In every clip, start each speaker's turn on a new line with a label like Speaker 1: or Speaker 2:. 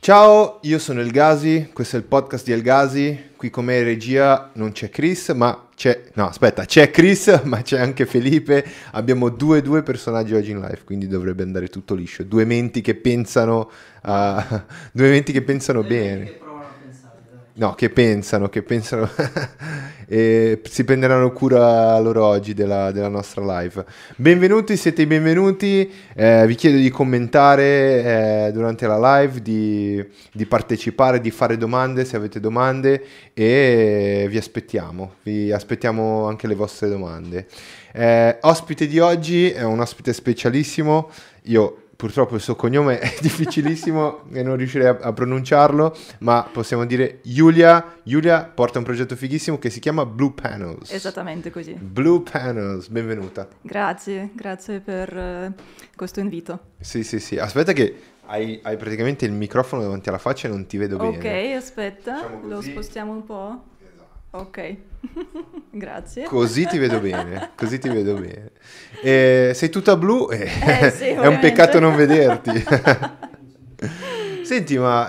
Speaker 1: Ciao, io sono El Gasi, questo è il podcast di El Gasi, qui con me in regia non c'è Chris, ma c'è Chris, ma c'è anche Felipe, abbiamo due personaggi oggi in live, quindi dovrebbe andare tutto liscio, due menti che pensano, due menti che pensano bene.
Speaker 2: Che provano a pensare, dai.
Speaker 1: No, che pensano e si prenderanno cura loro oggi della nostra live. Benvenuti, siete i benvenuti, vi chiedo di commentare durante la live, di partecipare, di fare domande se avete domande e vi aspettiamo anche le vostre domande. Ospite di oggi è un ospite specialissimo, io... Purtroppo il suo cognome è difficilissimo e non riuscirei a pronunciarlo, ma possiamo dire Giulia. Giulia porta un progetto fighissimo che si chiama Blue Panels.
Speaker 3: Esattamente così.
Speaker 1: Blue Panels, benvenuta.
Speaker 3: Grazie per questo invito.
Speaker 1: Sì. Aspetta che hai praticamente il microfono davanti alla faccia e non ti vedo bene.
Speaker 3: Ok, aspetta,
Speaker 1: Facciamo
Speaker 3: lo
Speaker 1: così.
Speaker 3: spostiamo un po'. Ok, grazie.
Speaker 1: Così ti vedo bene. Sei tutta blu e
Speaker 3: Sì,
Speaker 1: è un
Speaker 3: ovviamente.
Speaker 1: peccato non vederti. Senti, ma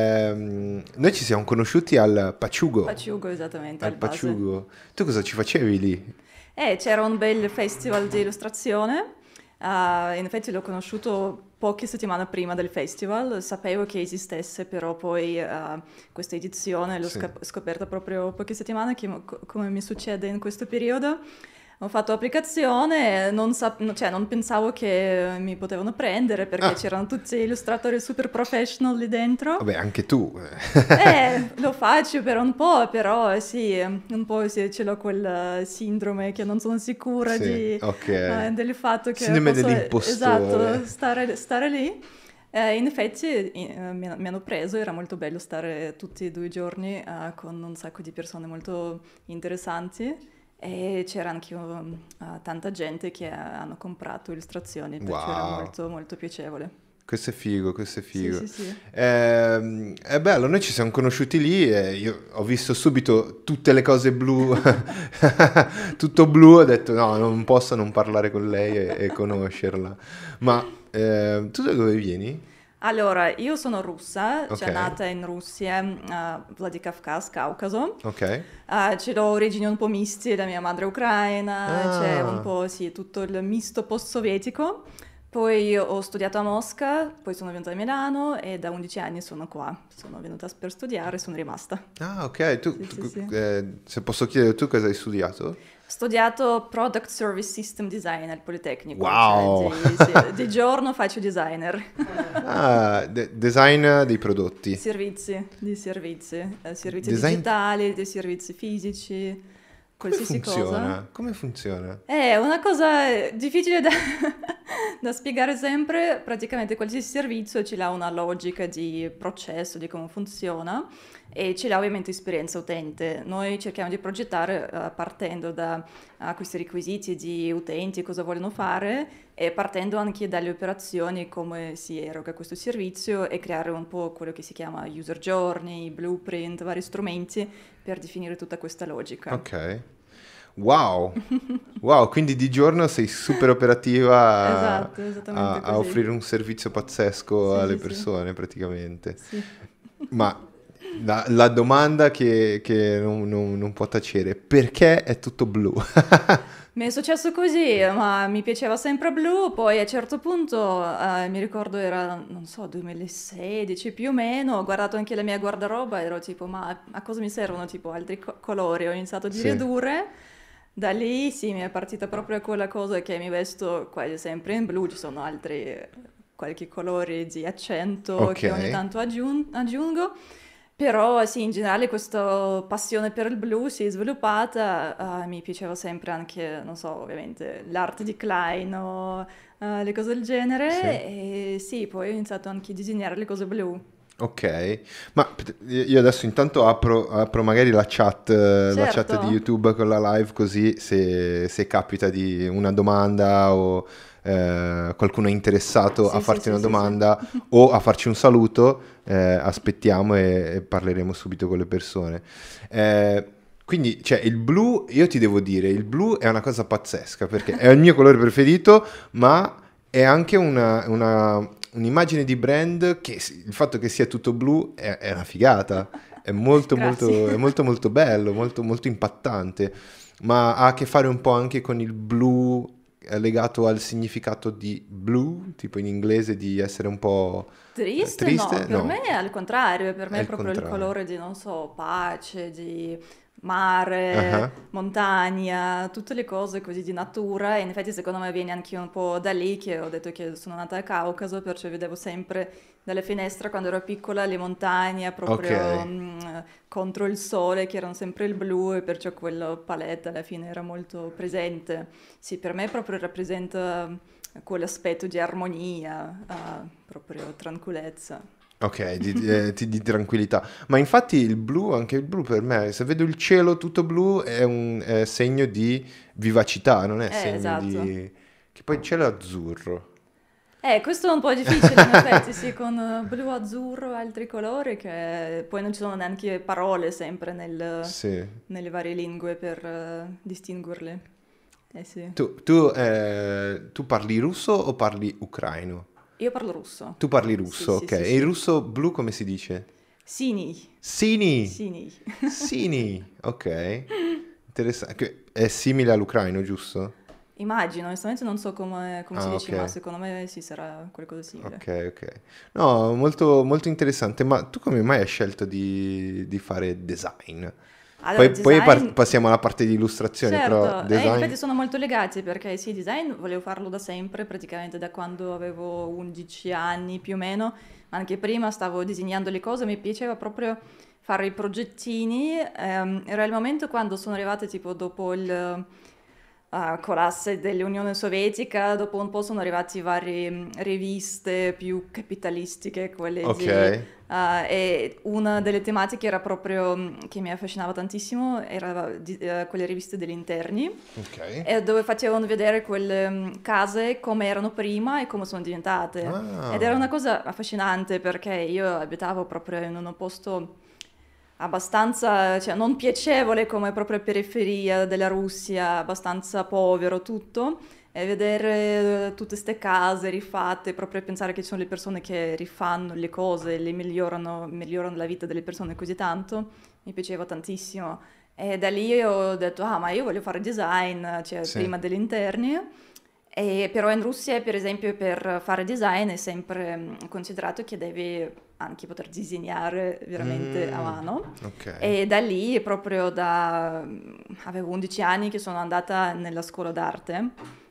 Speaker 1: noi ci siamo conosciuti al Paciugo.
Speaker 3: Paciugo, esattamente,
Speaker 1: Al
Speaker 3: al base.
Speaker 1: Paciugo. Tu cosa ci facevi lì?
Speaker 3: C'era un bel festival di illustrazione. In effetti l'ho conosciuto poche settimane prima del festival, sapevo che esistesse, però poi questa edizione l'ho
Speaker 1: Sì.
Speaker 3: scoperta proprio poche settimane, come mi succede in questo periodo. Ho fatto applicazione, non pensavo che mi potevano prendere perché c'erano tutti illustratori super professional lì dentro.
Speaker 1: Vabbè, anche tu.
Speaker 3: Lo faccio per un po', però sì, un po' sì, ce l'ho quel sindrome che non sono sicura
Speaker 1: Sì, ok.
Speaker 3: del fatto che
Speaker 1: Sindrome
Speaker 3: posso,
Speaker 1: dell'impostore.
Speaker 3: esatto, stare lì. In effetti mi hanno preso, era molto bello stare tutti e 2 giorni con un sacco di persone molto interessanti e c'era anche tanta gente che hanno comprato illustrazioni, perciò era
Speaker 1: Wow.
Speaker 3: molto, molto piacevole.
Speaker 1: Questo è figo.
Speaker 3: Sì.
Speaker 1: È bello, noi ci siamo conosciuti lì e io ho visto subito tutte le cose blu, tutto blu, ho detto no, non posso non parlare con lei e conoscerla. Ma tu da dove vieni?
Speaker 3: Allora, io sono russa,
Speaker 1: Ok.
Speaker 3: cioè nata in Russia, Vladikavkaz, Caucaso.
Speaker 1: Ok.
Speaker 3: Ce l'ho origini un po' misti, la mia madre è ucraina, c'è un po', sì, tutto il misto post-sovietico. Poi ho studiato a Mosca, poi sono venuta a Milano e da 11 anni sono qua. Sono venuta per studiare e sono rimasta.
Speaker 1: Ah, ok,
Speaker 3: Sì.
Speaker 1: se posso chiedere tu cosa hai studiato?
Speaker 3: Ho studiato Product Service System Design al Politecnico.
Speaker 1: Wow!
Speaker 3: Cioè, di giorno faccio designer.
Speaker 1: Ah, design dei prodotti.
Speaker 3: Servizi
Speaker 1: Design-
Speaker 3: digitali, dei servizi fisici,
Speaker 1: Come
Speaker 3: qualsiasi cosa.
Speaker 1: funziona? Come funziona?
Speaker 3: È una cosa difficile da spiegare sempre, praticamente qualsiasi servizio ce l'ha una logica di processo, di come funziona e ce l'ha ovviamente esperienza utente. Noi cerchiamo di progettare partendo da questi requisiti di utenti, cosa vogliono fare e partendo anche dalle operazioni, come si eroga questo servizio e creare un po' quello che si chiama user journey, blueprint, vari strumenti per definire tutta questa logica.
Speaker 1: Ok. Wow, quindi di giorno sei super operativa
Speaker 3: Esatto, esattamente
Speaker 1: a
Speaker 3: così.
Speaker 1: offrire un servizio pazzesco alle
Speaker 3: Sì.
Speaker 1: persone praticamente.
Speaker 3: Sì.
Speaker 1: Ma la domanda che non può tacere, perché è tutto blu?
Speaker 3: Mi è successo così, ma mi piaceva sempre blu, poi a un certo punto, mi ricordo era, non so, 2016 più o meno, ho guardato anche la mia guardaroba e ero tipo, ma a cosa mi servono tipo altri colori? Ho iniziato di
Speaker 1: Sì.
Speaker 3: ridurre, da lì sì, mi è partita proprio quella cosa che mi vesto quasi sempre in blu, ci sono altri qualche colori di accento
Speaker 1: Ok.
Speaker 3: che ogni tanto aggiungo. Però sì, in generale questa passione per il blu si è sviluppata, mi piaceva sempre anche, non so, ovviamente l'arte di Klein o le cose del genere e sì, poi ho iniziato anche a disegnare le cose blu.
Speaker 1: Ok, ma io adesso intanto apro magari la chat
Speaker 3: Certo.
Speaker 1: di YouTube con la live così se capita di una domanda o qualcuno è interessato a
Speaker 3: Sì,
Speaker 1: farti
Speaker 3: sì,
Speaker 1: una
Speaker 3: sì,
Speaker 1: domanda o a farci un saluto, aspettiamo e parleremo subito con le persone. Quindi, cioè, il blu, io ti devo dire, il blu è una cosa pazzesca perché è il mio colore preferito, ma è anche un'immagine di brand che il fatto che sia tutto blu è una figata, è molto
Speaker 3: Grazie.
Speaker 1: molto bello, molto molto impattante, ma ha a che fare un po' anche con il blu legato al significato di blue, tipo in inglese di essere un po'
Speaker 3: Triste no,
Speaker 1: triste?
Speaker 3: per
Speaker 1: No,
Speaker 3: me è al contrario, per
Speaker 1: è
Speaker 3: me è
Speaker 1: il
Speaker 3: proprio il
Speaker 1: contrario.
Speaker 3: colore di, non so, pace, di
Speaker 1: Ah,
Speaker 3: mare, montagna, tutte le cose così di natura e in effetti secondo me viene anche un po' da lì che ho detto che sono nata a Caucaso, perciò vedevo sempre dalle finestre quando ero piccola le montagne
Speaker 1: ok.
Speaker 3: proprio contro il sole che erano sempre il blu e perciò quella palette alla fine era molto presente. Sì, per me proprio rappresenta quell'aspetto di armonia, proprio tranquillezza.
Speaker 1: Ok, di tranquillità. Ma infatti il blu, anche il blu per me, se vedo il cielo tutto blu è un segno di vivacità, non è segno
Speaker 3: Esatto.
Speaker 1: di... Che poi il cielo è azzurro.
Speaker 3: Questo è un po' difficile in effetti, sì, con blu, azzurro e altri colori che poi non ci sono neanche parole sempre
Speaker 1: Sì.
Speaker 3: nelle varie lingue per distinguerli. Eh sì.
Speaker 1: Tu parli russo o parli ucraino?
Speaker 3: Io parlo russo.
Speaker 1: Tu parli
Speaker 3: Sì,
Speaker 1: russo,
Speaker 3: sì,
Speaker 1: ok.
Speaker 3: sì,
Speaker 1: E il
Speaker 3: sì.
Speaker 1: russo blu come si dice?
Speaker 3: Sini.
Speaker 1: Sini!
Speaker 3: Sini.
Speaker 1: Sini, ok. Interessante. È simile all'ucraino, giusto?
Speaker 3: Immagino, onestamente non so come si
Speaker 1: Ah,
Speaker 3: dice,
Speaker 1: ok.
Speaker 3: ma secondo me sì, sarà qualcosa simile.
Speaker 1: Ok, ok. No, molto, molto interessante. Ma tu come mai hai scelto di fare design?
Speaker 3: Allora,
Speaker 1: Poi
Speaker 3: design.
Speaker 1: passiamo alla parte di illustrazione, però
Speaker 3: Certo, in
Speaker 1: design...
Speaker 3: effetti sono molto legati perché sì, design volevo farlo da sempre, praticamente da quando avevo 11 anni più o meno, ma anche prima stavo disegnando le cose, mi piaceva proprio fare i progettini. Era il momento quando sono arrivate tipo dopo il collasse dell'Unione Sovietica, dopo un po' sono arrivati varie riviste più capitalistiche, quelle
Speaker 1: Ok,
Speaker 3: e una delle tematiche era proprio che mi affascinava tantissimo, era quelle riviste degli interni,
Speaker 1: ok.
Speaker 3: dove facevano vedere quelle case come erano prima e come sono diventate. Ed era
Speaker 1: Ah,
Speaker 3: una cosa affascinante perché io abitavo proprio in un posto abbastanza, cioè non piacevole come proprio periferia della Russia, abbastanza povero tutto, e vedere tutte queste case rifatte, proprio pensare che ci sono le persone che rifanno le cose, le migliorano la vita delle persone così tanto, mi piaceva tantissimo. E da lì ho detto, ah, ma io voglio fare design, cioè
Speaker 1: sì.
Speaker 3: prima degli interni. E però in Russia, per esempio, per fare design è sempre considerato che devi anche poter disegnare veramente a
Speaker 1: Mm,
Speaker 3: mano.
Speaker 1: ok.
Speaker 3: E da lì, proprio da... avevo 11 anni che sono andata nella scuola d'arte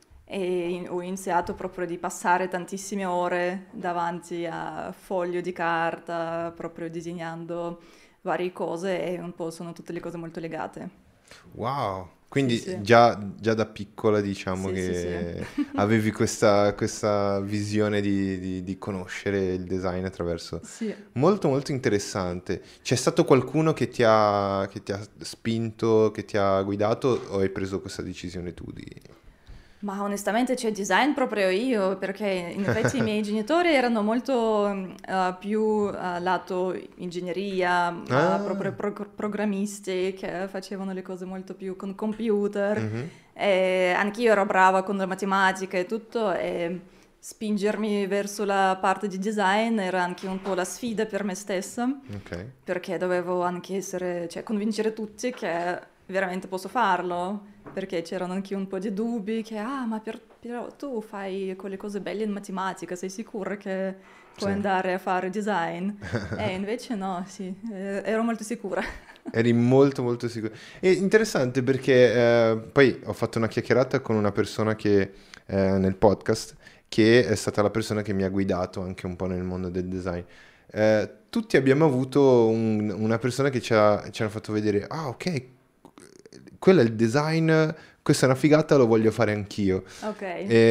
Speaker 3: e ho iniziato proprio di passare tantissime ore davanti a foglio di carta, proprio disegnando varie cose e un po' sono tutte le cose molto legate.
Speaker 1: Wow.
Speaker 3: Sì,
Speaker 1: Quindi
Speaker 3: sì,
Speaker 1: già da piccola diciamo
Speaker 3: sì, sì, sì.
Speaker 1: che avevi questa visione di conoscere il design attraverso...
Speaker 3: Sì.
Speaker 1: Molto molto interessante. C'è stato qualcuno che ti ha spinto, che ti ha guidato o hai preso questa decisione tu di...
Speaker 3: Ma onestamente c'è design proprio io, perché in effetti i miei genitori erano molto più lato ingegneria, proprio
Speaker 1: Ah,
Speaker 3: programmisti che facevano le cose molto più con computer.
Speaker 1: mhm,
Speaker 3: E anch'io ero brava con la matematica e tutto, e spingermi verso la parte di design era anche un po' la sfida per me stessa
Speaker 1: ok.
Speaker 3: perché dovevo anche essere, cioè convincere tutti che veramente posso farlo, perché c'erano anche un po' di dubbi che, ah, ma però tu fai quelle cose belle in matematica, sei sicura che puoi
Speaker 1: Sì.
Speaker 3: andare a fare design? E invece no, sì, ero molto sicura.
Speaker 1: Eri molto molto sicuro. È interessante perché poi ho fatto una chiacchierata con una persona che nel podcast, che è stata la persona che mi ha guidato anche un po' nel mondo del design. Tutti abbiamo avuto una persona che ci ha fatto vedere, ah ok, quello è il design, questa è una figata, lo voglio fare anch'io.
Speaker 3: Ok.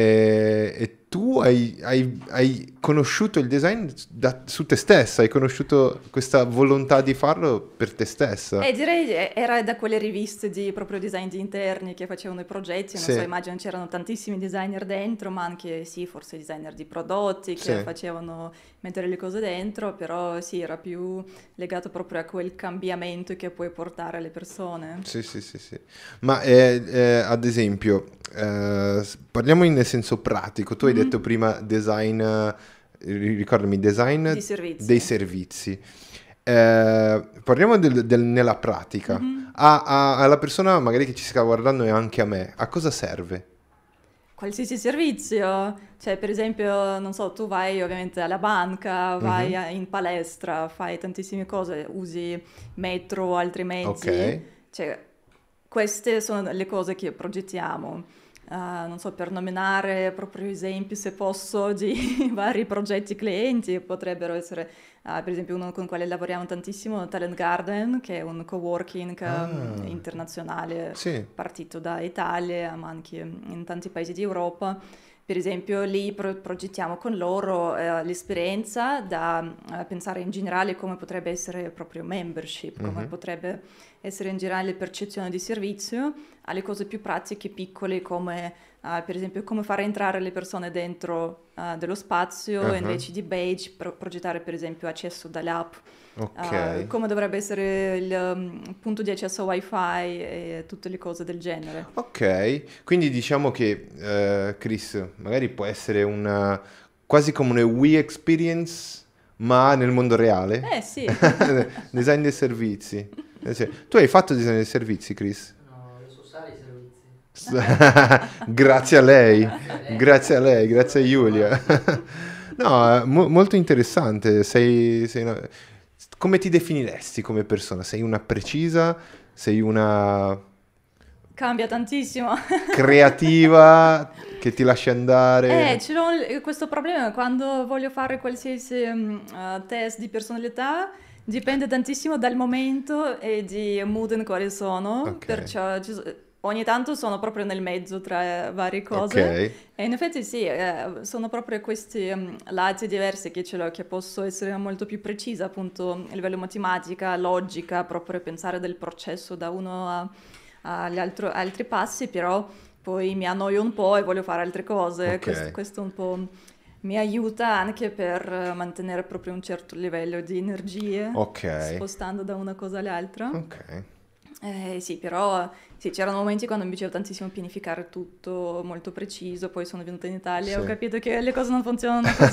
Speaker 1: E tu hai conosciuto il design su te stessa, hai conosciuto questa volontà di farlo per te stessa.
Speaker 3: Direi era da quelle riviste di proprio design di interni che facevano i progetti, non so,
Speaker 1: Sì,
Speaker 3: immagino c'erano tantissimi designer dentro, ma anche sì, forse designer di prodotti che
Speaker 1: sì,
Speaker 3: facevano mettere le cose dentro, però sì, era più legato proprio a quel cambiamento che puoi portare alle persone.
Speaker 1: sì, sì, sì, sì. Ma ad esempio, parliamo nel senso pratico. Tu hai detto
Speaker 3: Mhm.
Speaker 1: prima design ricordami, design
Speaker 3: Di servizi.
Speaker 1: dei servizi. Parliamo nella pratica. Alla persona magari che ci sta guardando e anche a me, a cosa serve?
Speaker 3: Qualsiasi servizio, cioè per esempio, non so, tu vai ovviamente alla banca, vai in palestra, fai tantissime cose, usi metro o altri mezzi,
Speaker 1: Ok.
Speaker 3: cioè queste sono le cose che progettiamo. Non so, per nominare proprio esempi, se posso, di vari progetti clienti, potrebbero essere, per esempio, uno con il quale lavoriamo tantissimo, Talent Garden, che è un coworking
Speaker 1: Ah,
Speaker 3: internazionale
Speaker 1: sì.
Speaker 3: partito da Italia, ma anche in tanti paesi di Europa. Per esempio, lì progettiamo con loro l'esperienza da pensare in generale come potrebbe essere proprio membership, come
Speaker 1: Mhm.
Speaker 3: potrebbe essere in generale percezione di servizio, alle cose più pratiche, piccole, come per esempio come fare entrare le persone dentro dello spazio
Speaker 1: Ah,
Speaker 3: invece di badge, progettare per esempio accesso dalle app,
Speaker 1: ok.
Speaker 3: come dovrebbe essere il punto di accesso wifi e tutte le cose del genere.
Speaker 1: Ok, quindi diciamo che Chris, magari può essere quasi come una Wii experience, ma nel mondo reale.
Speaker 3: Sì.
Speaker 1: Design dei servizi. Sì. Tu hai fatto design dei servizi, Chris?
Speaker 2: No, io so usare i servizi.
Speaker 1: Grazie a lei, grazie a lei,
Speaker 2: Sono
Speaker 1: grazie a Giulia. No, molto interessante. Come ti definiresti come persona? Sei una precisa? Sei una
Speaker 3: Cambia tantissimo.
Speaker 1: creativa che ti lascia andare?
Speaker 3: Ce l'ho questo problema quando voglio fare qualsiasi test di personalità, dipende tantissimo dal momento e di mood in quale sono,
Speaker 1: Ok,
Speaker 3: perciò ogni tanto sono proprio nel mezzo tra varie cose
Speaker 1: ok,
Speaker 3: e in effetti sì, sono proprio questi lati diversi che ce l'ho, che posso essere molto più precisa appunto a livello matematica, logica, proprio pensare del processo da uno agli altri passi, però poi mi annoio un po' e voglio fare altre cose.
Speaker 1: ok,
Speaker 3: Questo un po' mi aiuta anche per mantenere proprio un certo livello di energie,
Speaker 1: ok,
Speaker 3: spostando da una cosa all'altra.
Speaker 1: ok.
Speaker 3: Sì, però sì, c'erano momenti quando mi piaceva tantissimo pianificare tutto molto preciso, poi sono venuta in Italia e ho
Speaker 1: Sì.
Speaker 3: capito che le cose non funzionano così.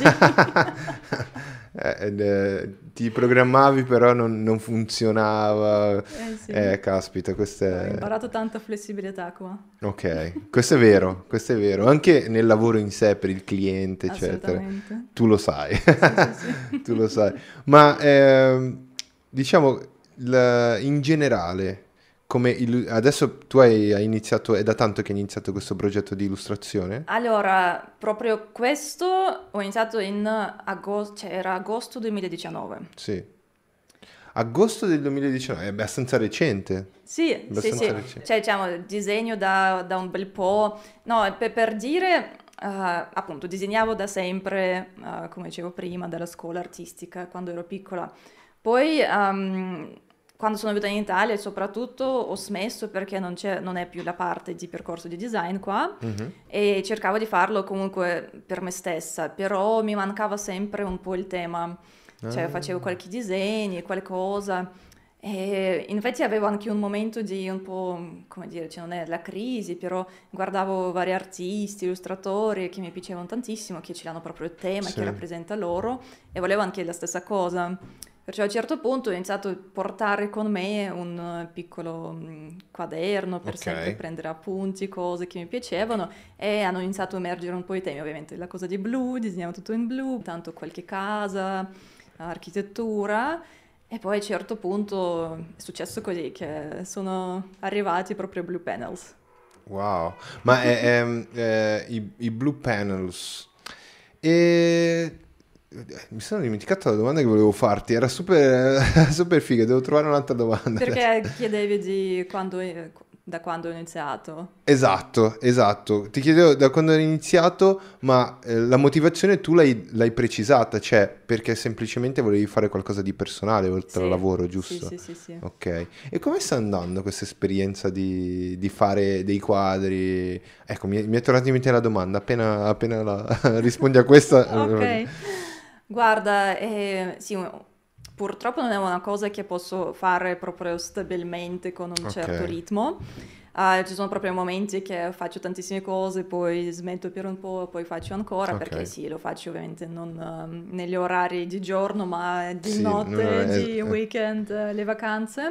Speaker 1: Ti programmavi però non funzionava.
Speaker 3: Sì,
Speaker 1: Caspita, questo
Speaker 3: ho
Speaker 1: è...
Speaker 3: imparato tanta flessibilità qua,
Speaker 1: Ok, questo è vero, questo è vero. Anche nel lavoro in sé per il cliente, eccetera.
Speaker 3: assolutamente.
Speaker 1: Tu lo sai.
Speaker 3: Sì, sì, sì.
Speaker 1: Tu lo sai. Ma diciamo, in generale, adesso tu hai iniziato, è da tanto che hai iniziato questo progetto di illustrazione?
Speaker 3: Allora, proprio questo ho iniziato in agosto, cioè era agosto 2019.
Speaker 1: Sì. Agosto del 2019, è abbastanza recente.
Speaker 3: Sì, sì,
Speaker 1: Abbastanza
Speaker 3: sì,
Speaker 1: recente.
Speaker 3: cioè diciamo disegno da un bel po', no, per dire, appunto, disegnavo da sempre, come dicevo prima, dalla scuola artistica, quando ero piccola. Poi, quando sono venuta in Italia, soprattutto, ho smesso perché non è più la parte di percorso di design qua
Speaker 1: Mhm.
Speaker 3: e cercavo di farlo comunque per me stessa, però mi mancava sempre un po' il tema, cioè facevo
Speaker 1: Ah,
Speaker 3: qualche disegno, qualcosa e in effetti avevo anche un momento di un po', come dire, cioè non è la crisi, però guardavo vari artisti, illustratori che mi piacevano tantissimo, che ce l'hanno proprio il tema che
Speaker 1: sì,
Speaker 3: rappresenta loro e volevo anche la stessa cosa. Perciò a un certo punto ho iniziato a portare con me un piccolo quaderno per sempre
Speaker 1: ok.
Speaker 3: prendere appunti, cose che mi piacevano e hanno iniziato a emergere un po' i temi, ovviamente la cosa di blu, disegniamo tutto in blu, tanto qualche casa, architettura e poi a un certo punto è successo così che sono arrivati proprio blue panels.
Speaker 1: Wow. Ma i blue panels. E... Mi sono dimenticato la domanda che volevo farti, era super, super figa, devo trovare un'altra domanda adesso.
Speaker 3: Perché chiedevi da quando ho iniziato?
Speaker 1: Esatto, esatto. Ti chiedevo da quando hai iniziato, ma la motivazione tu l'hai precisata, cioè perché semplicemente volevi fare qualcosa di personale oltre al
Speaker 3: Sì,
Speaker 1: lavoro,
Speaker 3: sì,
Speaker 1: giusto?
Speaker 3: sì, sì, sì.
Speaker 1: Ok. E come sta andando questa esperienza di fare dei quadri? Ecco, mi è tornata in mente la domanda, appena rispondi a questa...
Speaker 3: Ok, guarda, sì, purtroppo non è una cosa che posso fare proprio stabilmente con un
Speaker 1: Ok,
Speaker 3: certo ritmo. Ci sono proprio momenti che faccio tantissime cose, poi smetto per un po', poi faccio ancora, perché
Speaker 1: Ok.
Speaker 3: sì, lo faccio ovviamente non negli orari di giorno, ma di
Speaker 1: Sì, no,
Speaker 3: notte, di weekend, le vacanze.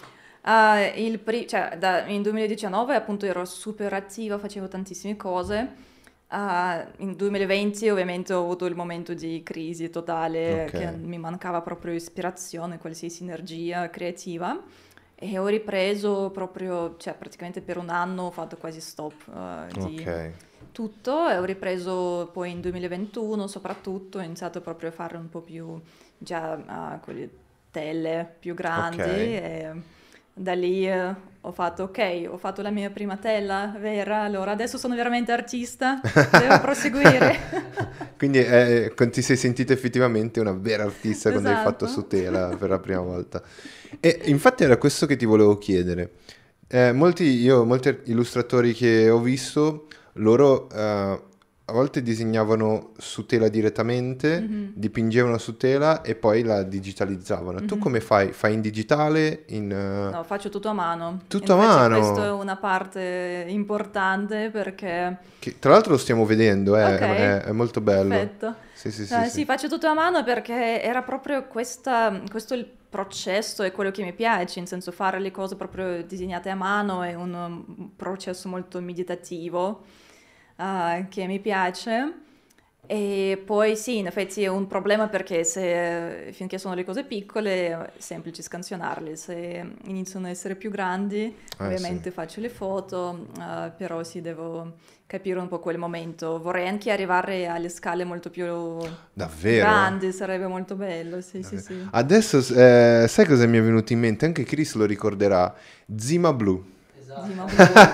Speaker 3: Cioè, in 2019 appunto ero super attiva, facevo tantissime cose. In 2020 ovviamente ho avuto il momento di crisi totale,
Speaker 1: ok,
Speaker 3: che mi mancava proprio ispirazione, qualsiasi energia creativa. E ho ripreso proprio, cioè praticamente per un anno ho fatto quasi stop
Speaker 1: ok,
Speaker 3: di tutto e ho ripreso poi in 2021 soprattutto, ho iniziato proprio a fare un po' più già quelle tele più
Speaker 1: ok.
Speaker 3: grandi e da lì ho fatto ok, ho fatto la mia prima tela vera, allora adesso sono veramente artista, devo proseguire.
Speaker 1: Quindi ti sei sentita effettivamente una vera artista quando hai fatto
Speaker 3: Esatto.
Speaker 1: su tela per la prima volta. E infatti era questo che ti volevo chiedere. Molti illustratori che ho visto, loro a volte disegnavano su tela direttamente,
Speaker 3: Mhm,
Speaker 1: dipingevano su tela e poi la digitalizzavano. Tu
Speaker 3: mhm.
Speaker 1: come fai? Fai in digitale?
Speaker 3: No, faccio tutto a mano.
Speaker 1: Tutto a
Speaker 3: Infatti questa è
Speaker 1: mano?
Speaker 3: una parte importante perché...
Speaker 1: Che, tra l'altro lo stiamo vedendo,
Speaker 3: Ok,
Speaker 1: è molto bello.
Speaker 3: perfetto.
Speaker 1: Sì, sì, sì, sì.
Speaker 3: Sì, faccio tutto a mano perché era proprio questo il processo e quello che mi piace, in senso fare le cose proprio disegnate a mano è un processo molto meditativo che mi piace. E poi sì, in effetti è un problema perché finché sono le cose piccole è semplice scansionarle, se iniziano ad essere più grandi
Speaker 1: Sì.
Speaker 3: ovviamente faccio le foto, però sì, devo capire un po' quel momento. Vorrei anche arrivare alle scale molto più
Speaker 1: Davvero?
Speaker 3: grandi, sarebbe molto bello, sì, sì,
Speaker 1: Davvero.
Speaker 3: sì.
Speaker 1: Adesso, sai cosa mi è venuto in mente? Anche Chris lo ricorderà. Zima Blue.
Speaker 3: Zima
Speaker 2: Esatto.
Speaker 3: blu.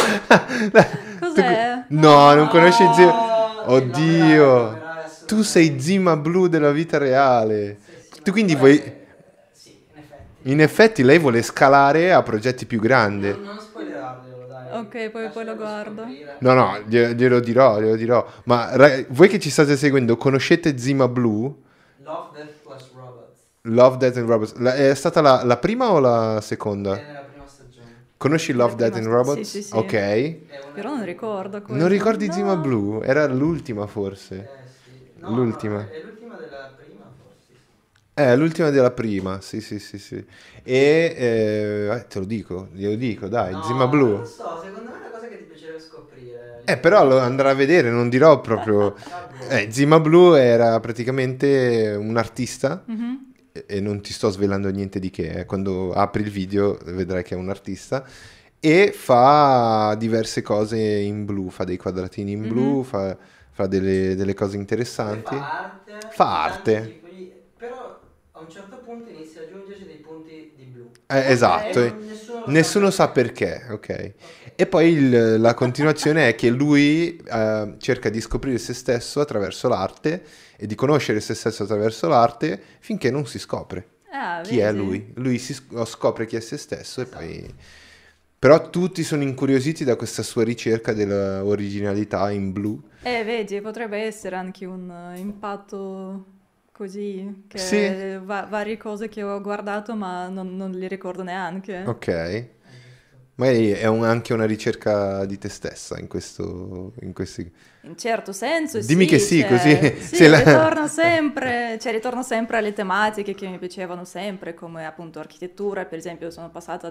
Speaker 1: Tu
Speaker 3: Cos'è?
Speaker 1: no, non
Speaker 3: No.
Speaker 1: conosci Zima...
Speaker 2: No,
Speaker 1: Oddio,
Speaker 2: lo vedrai
Speaker 1: tu sei
Speaker 2: assolutamente.
Speaker 1: Zima Blue della vita reale.
Speaker 2: Sì, sì,
Speaker 1: Tu
Speaker 2: no,
Speaker 1: quindi
Speaker 2: guarda
Speaker 1: vuoi...
Speaker 2: che sì, in effetti.
Speaker 1: In effetti lei vuole scalare a progetti più grandi.
Speaker 2: Non spoilerarglielo, dai.
Speaker 3: Ok, poi lo
Speaker 2: Lascialo
Speaker 3: guardo.
Speaker 2: scoprire.
Speaker 1: No, no, glielo dirò, glielo dirò. Ma voi che ci state seguendo, conoscete Zima Blue?
Speaker 2: Love, Death plus Robots.
Speaker 1: Love, Death and Robots. È stata la prima o la seconda?
Speaker 2: È nella prima stagione.
Speaker 1: Conosci
Speaker 3: Nella
Speaker 1: Love, Death
Speaker 3: prima
Speaker 1: and
Speaker 3: sì, sì,
Speaker 1: Robots?
Speaker 3: sì.
Speaker 1: Ok.
Speaker 2: È una
Speaker 3: Però non
Speaker 2: delle
Speaker 3: ricordo
Speaker 2: migliori.
Speaker 1: Non
Speaker 3: quella.
Speaker 1: ricordi Zima
Speaker 3: No.
Speaker 1: Blue? Era l'ultima forse.
Speaker 2: Sì. No, no,
Speaker 1: L'ultima.
Speaker 2: è l'ultima della prima, forse. Sì.
Speaker 1: L'ultima della prima, sì, sì, sì, sì. E te lo dico, glielo dico, dai, Zima
Speaker 2: No, non lo
Speaker 1: Blue.
Speaker 2: so, secondo me è una cosa che ti piacerebbe scoprire
Speaker 1: Però lo
Speaker 2: all'improvviso.
Speaker 1: andrà a vedere, non dirò proprio...
Speaker 2: Vabbè.
Speaker 1: Zima Blue era praticamente un artista
Speaker 3: Mhm.
Speaker 1: e non ti sto svelando niente di che, quando apri il video vedrai che è un artista e fa diverse cose in blu, fa dei quadratini in blu,
Speaker 3: Mhm.
Speaker 1: fa delle cose
Speaker 2: Poi
Speaker 1: interessanti,
Speaker 2: fa arte
Speaker 1: fa
Speaker 2: di tanti
Speaker 1: arte.
Speaker 2: tipi, però a un certo punto inizia ad aggiungerci dei punti di blu.
Speaker 1: Esatto,
Speaker 2: E
Speaker 3: Ok.
Speaker 2: nessuno lo
Speaker 1: nessuno sa
Speaker 2: sa
Speaker 1: perché, ok.
Speaker 2: perché.
Speaker 1: E poi la continuazione è che lui cerca di scoprire se stesso attraverso l'arte e di conoscere se stesso attraverso l'arte finché non si scopre
Speaker 3: Ah,
Speaker 1: chi è
Speaker 3: vedi?
Speaker 1: lui. Lui scopre chi è se stesso e
Speaker 2: Esatto.
Speaker 1: poi... Però tutti sono incuriositi da questa sua ricerca dell'originalità in blu.
Speaker 3: Vedi, potrebbe essere anche un impatto così,
Speaker 1: Sì,
Speaker 3: che varie cose che ho guardato ma non li ricordo neanche.
Speaker 1: ok.
Speaker 2: È giusto.
Speaker 1: Magari è anche una ricerca di te stessa in questo, in questi...
Speaker 3: In certo senso
Speaker 1: Dimmi che
Speaker 3: sì,
Speaker 1: sì, così...
Speaker 3: cioè,
Speaker 1: se
Speaker 3: sì,
Speaker 1: la-
Speaker 3: ritorno sempre alle tematiche che mi piacevano sempre, come appunto architettura, per esempio sono passata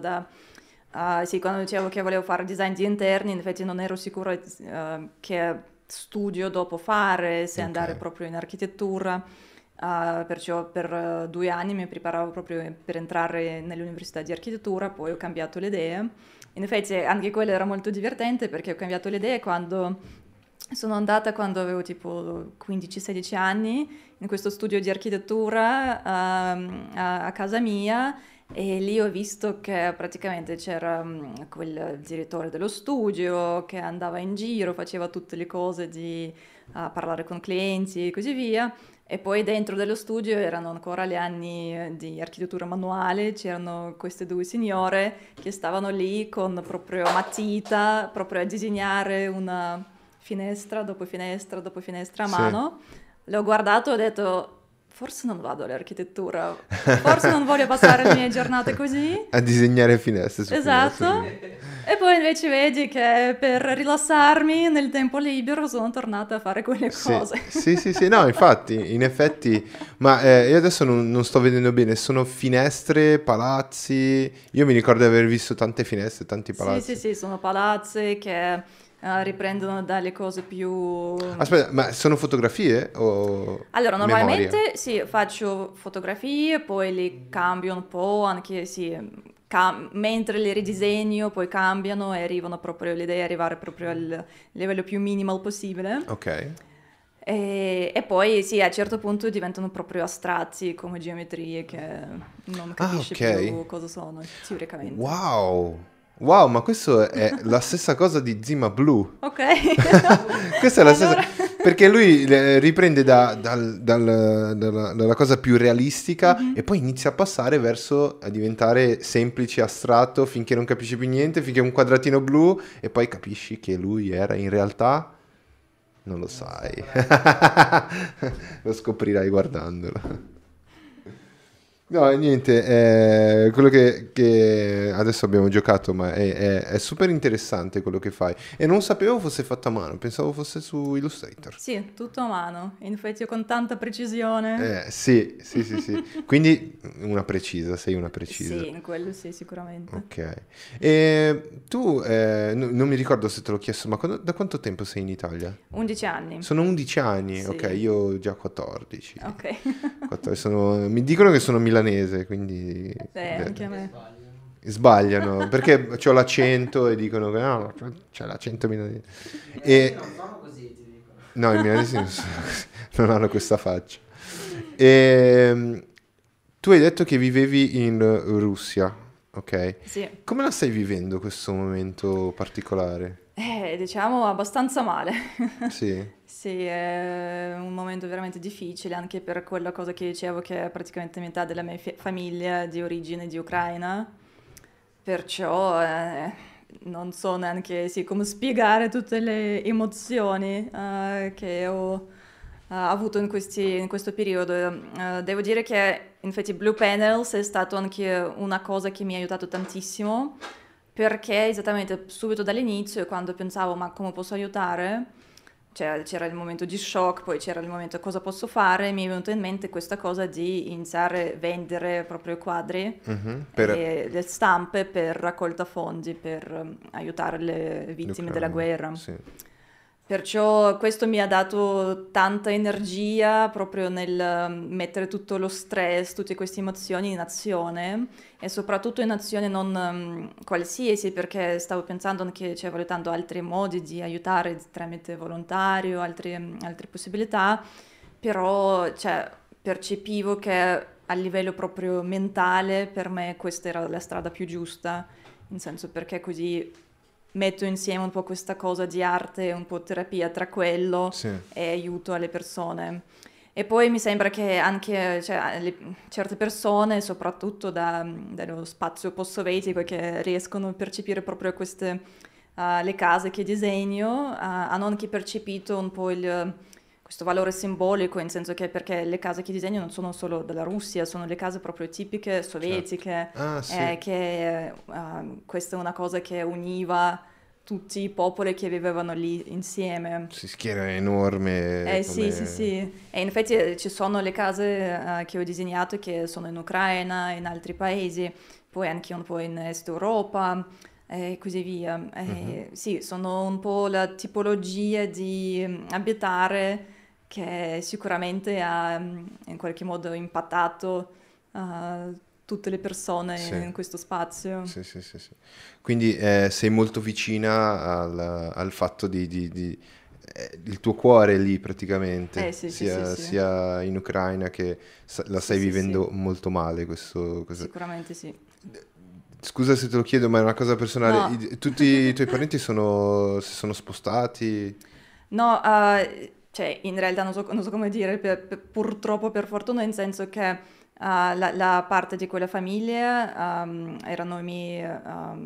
Speaker 3: sì, quando dicevo che volevo fare design di interni, in effetti non ero sicura che studio dopo fare, se
Speaker 1: Ok,
Speaker 3: andare proprio in architettura, perciò per 2 anni mi preparavo proprio per entrare nell'università di architettura, poi ho cambiato le idee. In effetti anche quello era molto divertente perché ho cambiato le idee sono andata quando avevo tipo 15-16 anni in questo studio di architettura a casa mia e lì ho visto che praticamente c'era quel direttore dello studio che andava in giro, faceva tutte le cose di parlare con clienti e così via. E poi dentro dello studio erano ancora gli anni di architettura manuale, c'erano queste due signore che stavano lì con proprio matita, proprio a disegnare una finestra dopo finestra dopo finestra a
Speaker 1: sì.
Speaker 3: mano. L'ho guardato e ho detto, forse non vado all'architettura, forse non voglio passare le mie giornate così.
Speaker 1: A disegnare finestre su
Speaker 3: Esatto.
Speaker 1: finestre.
Speaker 3: E poi invece vedi che per rilassarmi nel tempo libero sono tornata a fare quelle cose.
Speaker 1: Sì, no, infatti, in effetti, ma io adesso non sto vedendo bene, sono finestre, palazzi, io mi ricordo di aver visto tante finestre, tanti palazzi.
Speaker 3: Sì, sono palazzi che riprendono dalle cose più...
Speaker 1: Aspetta, ma sono fotografie o
Speaker 3: Allora,
Speaker 1: memoria?
Speaker 3: normalmente sì, faccio fotografie, poi le cambio un po', anche sì, mentre le ridisegno, poi cambiano e arrivano proprio l'idea di arrivare proprio al livello più minimal possibile.
Speaker 1: Ok.
Speaker 3: E poi sì, a un certo punto diventano proprio astratti come geometrie che non capisci
Speaker 1: ok.
Speaker 3: più cosa sono, teoricamente.
Speaker 1: Wow, ma questo è la stessa cosa di Zima Blue.
Speaker 3: Ok.
Speaker 1: Questa è la stessa,
Speaker 3: Allora...
Speaker 1: perché lui riprende dalla cosa più realistica e poi inizia a passare verso a diventare semplice, astratto, finché non capisci più niente, finché è un quadratino blu e poi capisci che lui era in realtà... Non lo sai. Lo scoprirai guardandolo. No, niente, quello che adesso abbiamo giocato, ma è super interessante quello che fai. E non sapevo fosse fatto a mano, pensavo fosse su Illustrator.
Speaker 3: Sì, tutto a mano, infatti con tanta precisione.
Speaker 1: Sì. Quindi sei una precisa.
Speaker 3: Sì, in quello sì, sicuramente.
Speaker 1: Ok. E tu, non mi ricordo se te l'ho chiesto, ma da quanto tempo sei in Italia?
Speaker 3: 11 anni.
Speaker 1: Sono 11 anni,
Speaker 3: Sì.
Speaker 1: ok, io già 14.
Speaker 3: Ok.
Speaker 1: Mi dicono che sono milanese, quindi
Speaker 3: Anche a me.
Speaker 1: sbagliano, perché c'ho l'accento e dicono che no, c'è l'accento milanese. E
Speaker 2: Non sono così, ti dico.
Speaker 1: no, i milanesi non hanno questa faccia. E tu hai detto che vivevi in Russia, ok?
Speaker 3: Sì.
Speaker 1: Come la stai vivendo questo momento particolare?
Speaker 3: Diciamo abbastanza male.
Speaker 1: Sì,
Speaker 3: Sì, è un momento veramente difficile anche per quella cosa che dicevo che è praticamente metà della mia famiglia di origine di Ucraina, perciò non so neanche sì, come spiegare tutte le emozioni che ho avuto in questo periodo. Devo dire che infatti Blue Panels è stato anche una cosa che mi ha aiutato tantissimo perché esattamente subito dall'inizio, quando pensavo ma come posso aiutare, cioè, c'era il momento di shock, poi c'era il momento cosa posso fare, mi è venuta in mente questa cosa di iniziare a vendere proprio i quadri e le stampe per raccolta fondi per aiutare le vittime della guerra.
Speaker 1: Sì.
Speaker 3: Perciò questo mi ha dato tanta energia proprio nel mettere tutto lo stress, tutte queste emozioni in azione e soprattutto in azione non qualsiasi, perché stavo pensando anche, cioè valutando altri modi di aiutare tramite volontario, altre possibilità, però cioè, percepivo che a livello proprio mentale per me questa era la strada più giusta, nel senso perché così metto insieme un po' questa cosa di arte e un po' terapia tra quello
Speaker 1: Sì.
Speaker 3: e aiuto alle persone. E poi mi sembra che anche cioè, certe persone, soprattutto dallo spazio post-sovietico, che riescono a percepire proprio queste, le case che disegno, hanno anche percepito un po' questo valore simbolico, in senso che perché le case che disegno non sono solo della Russia, sono le case proprio tipiche sovietiche,
Speaker 1: Ah, sì.
Speaker 3: che questa è una cosa che univa tutti i popoli che vivevano lì insieme.
Speaker 1: Si schiera enorme.
Speaker 3: Sì. E in effetti ci sono le case che ho disegnato che sono in Ucraina, in altri paesi, poi anche un po' in Est Europa e così via. Sì, sono un po' la tipologia di abitare che sicuramente ha in qualche modo impattato tutte le persone
Speaker 1: Sì.
Speaker 3: in questo spazio.
Speaker 1: Sì. Quindi sei molto vicina al fatto il tuo cuore è lì praticamente,
Speaker 3: Sì.
Speaker 1: sia in Ucraina che la stai
Speaker 3: Sì.
Speaker 1: vivendo molto male questo.
Speaker 3: Sicuramente sì.
Speaker 1: Scusa se te lo chiedo, ma è una cosa personale.
Speaker 3: No.
Speaker 1: Tutti i tuoi parenti si sono spostati?
Speaker 3: No, cioè in realtà non so come dire, purtroppo per fortuna, nel senso che la parte di quella famiglia erano i miei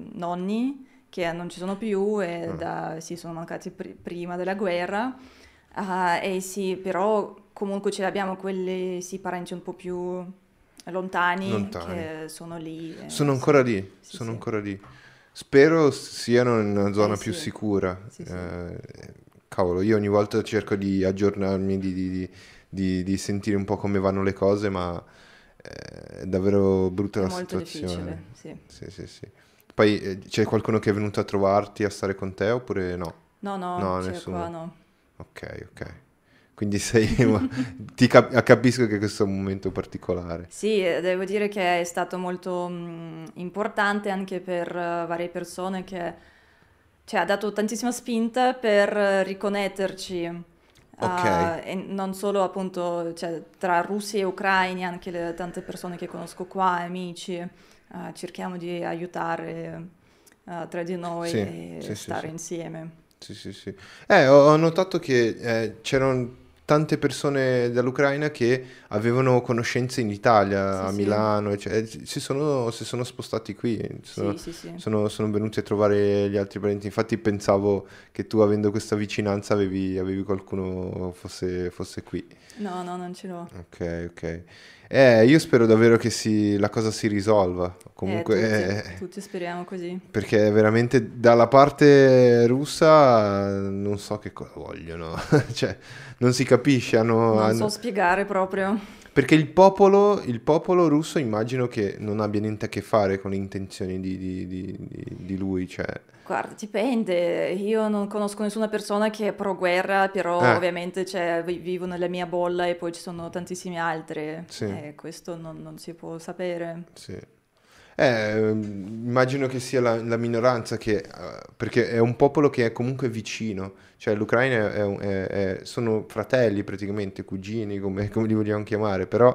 Speaker 3: nonni che non ci sono più e si sono mancati prima della guerra. E sì, però comunque ce l'abbiamo quelli, sì, parenti un po' più lontani
Speaker 1: Lontani.
Speaker 3: che sono lì,
Speaker 1: Sono
Speaker 3: sì,
Speaker 1: ancora lì,
Speaker 3: sì,
Speaker 1: sono
Speaker 3: sì.
Speaker 1: ancora lì. Spero siano in una zona più
Speaker 3: Sì,
Speaker 1: sicura.
Speaker 3: sì, sì.
Speaker 1: Cavolo, io ogni volta cerco di aggiornarmi, di sentire un po' come vanno le cose, ma è davvero brutta
Speaker 3: È
Speaker 1: la
Speaker 3: molto difficile,
Speaker 1: situazione.
Speaker 3: sì.
Speaker 1: Sì, sì, sì. Poi c'è qualcuno che è venuto a trovarti, a stare con te oppure no?
Speaker 3: No, no,
Speaker 1: No,
Speaker 3: c'è qua
Speaker 1: nessuno.
Speaker 3: no.
Speaker 1: Ok, ok. Quindi sei... capisco che questo è un momento particolare.
Speaker 3: Sì, devo dire che è stato molto importante anche per varie persone che cioè, ha dato tantissima spinta per riconnetterci,
Speaker 1: Ok,
Speaker 3: e non solo appunto cioè, tra russi e ucraini, anche le tante persone che conosco qua, amici, cerchiamo di aiutare tra di noi
Speaker 1: sì,
Speaker 3: e
Speaker 1: sì, sì,
Speaker 3: stare
Speaker 1: sì.
Speaker 3: insieme.
Speaker 1: Sì, sì, sì. Ho notato che c'erano tante persone dall'Ucraina che avevano conoscenze in Italia,
Speaker 3: Sì,
Speaker 1: a
Speaker 3: sì,
Speaker 1: Milano, cioè, si sono spostati qui,
Speaker 3: sì, sì, sì.
Speaker 1: sono venuti a trovare gli altri parenti. Infatti pensavo che tu, avendo questa vicinanza, avevi qualcuno fosse qui.
Speaker 3: No, no, non ce l'ho.
Speaker 1: Ok, ok. Io spero davvero che la cosa si risolva. Comunque,
Speaker 3: Tutti speriamo così.
Speaker 1: perché veramente dalla parte russa non so che cosa vogliono, cioè non si capisce,
Speaker 3: Non so spiegare proprio.
Speaker 1: perché il popolo russo immagino che non abbia niente a che fare con le intenzioni di lui, cioè...
Speaker 3: Guarda, dipende. Io non conosco nessuna persona che è pro guerra, però
Speaker 1: Eh,
Speaker 3: ovviamente cioè, vivo nella mia bolla e poi ci sono tantissime altre.
Speaker 1: sì,
Speaker 3: E questo non si può sapere.
Speaker 1: sì. Immagino che sia la minoranza perché è un popolo che è comunque vicino, cioè l'Ucraina sono fratelli praticamente, cugini, come li vogliamo chiamare, però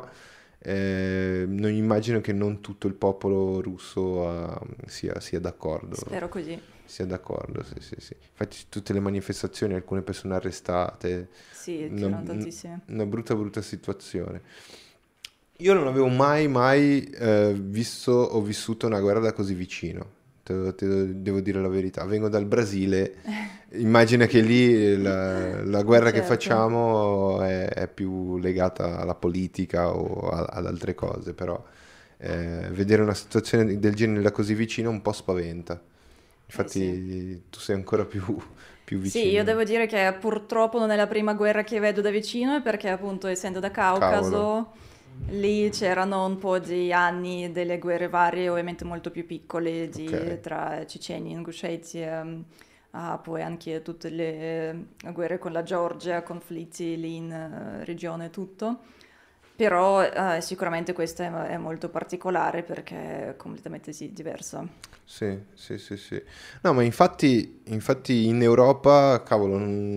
Speaker 1: non immagino che non tutto il popolo russo sia d'accordo.
Speaker 3: Spero così.
Speaker 1: Sia d'accordo, sì, sì, sì. Infatti tutte le manifestazioni, alcune persone arrestate,
Speaker 3: Sì,
Speaker 1: una,
Speaker 3: c'erano tantissime.
Speaker 1: una brutta, brutta situazione. Io non avevo mai visto o vissuto una guerra da così vicino, devo dire la verità. Vengo dal Brasile, immagina che lì la guerra che
Speaker 3: Certo.
Speaker 1: facciamo è più legata alla politica o ad altre cose, però vedere una situazione del genere da così vicino un po' spaventa.
Speaker 3: Sì.
Speaker 1: Infatti tu sei ancora più
Speaker 3: Sì, io
Speaker 1: vicino.
Speaker 3: devo dire che purtroppo non è la prima guerra che vedo da vicino, perché appunto essendo da
Speaker 1: Cavolo,
Speaker 3: Caucaso, lì c'erano un po' di anni delle guerre varie, ovviamente molto più piccole,
Speaker 1: ok.
Speaker 3: tra Ceceni, Ingushetia, poi anche tutte le guerre con la Georgia, conflitti lì in regione e tutto. Però sicuramente questa è molto particolare perché è completamente sì, diversa.
Speaker 1: Sì, sì, sì, sì. No, ma infatti in Europa, cavolo,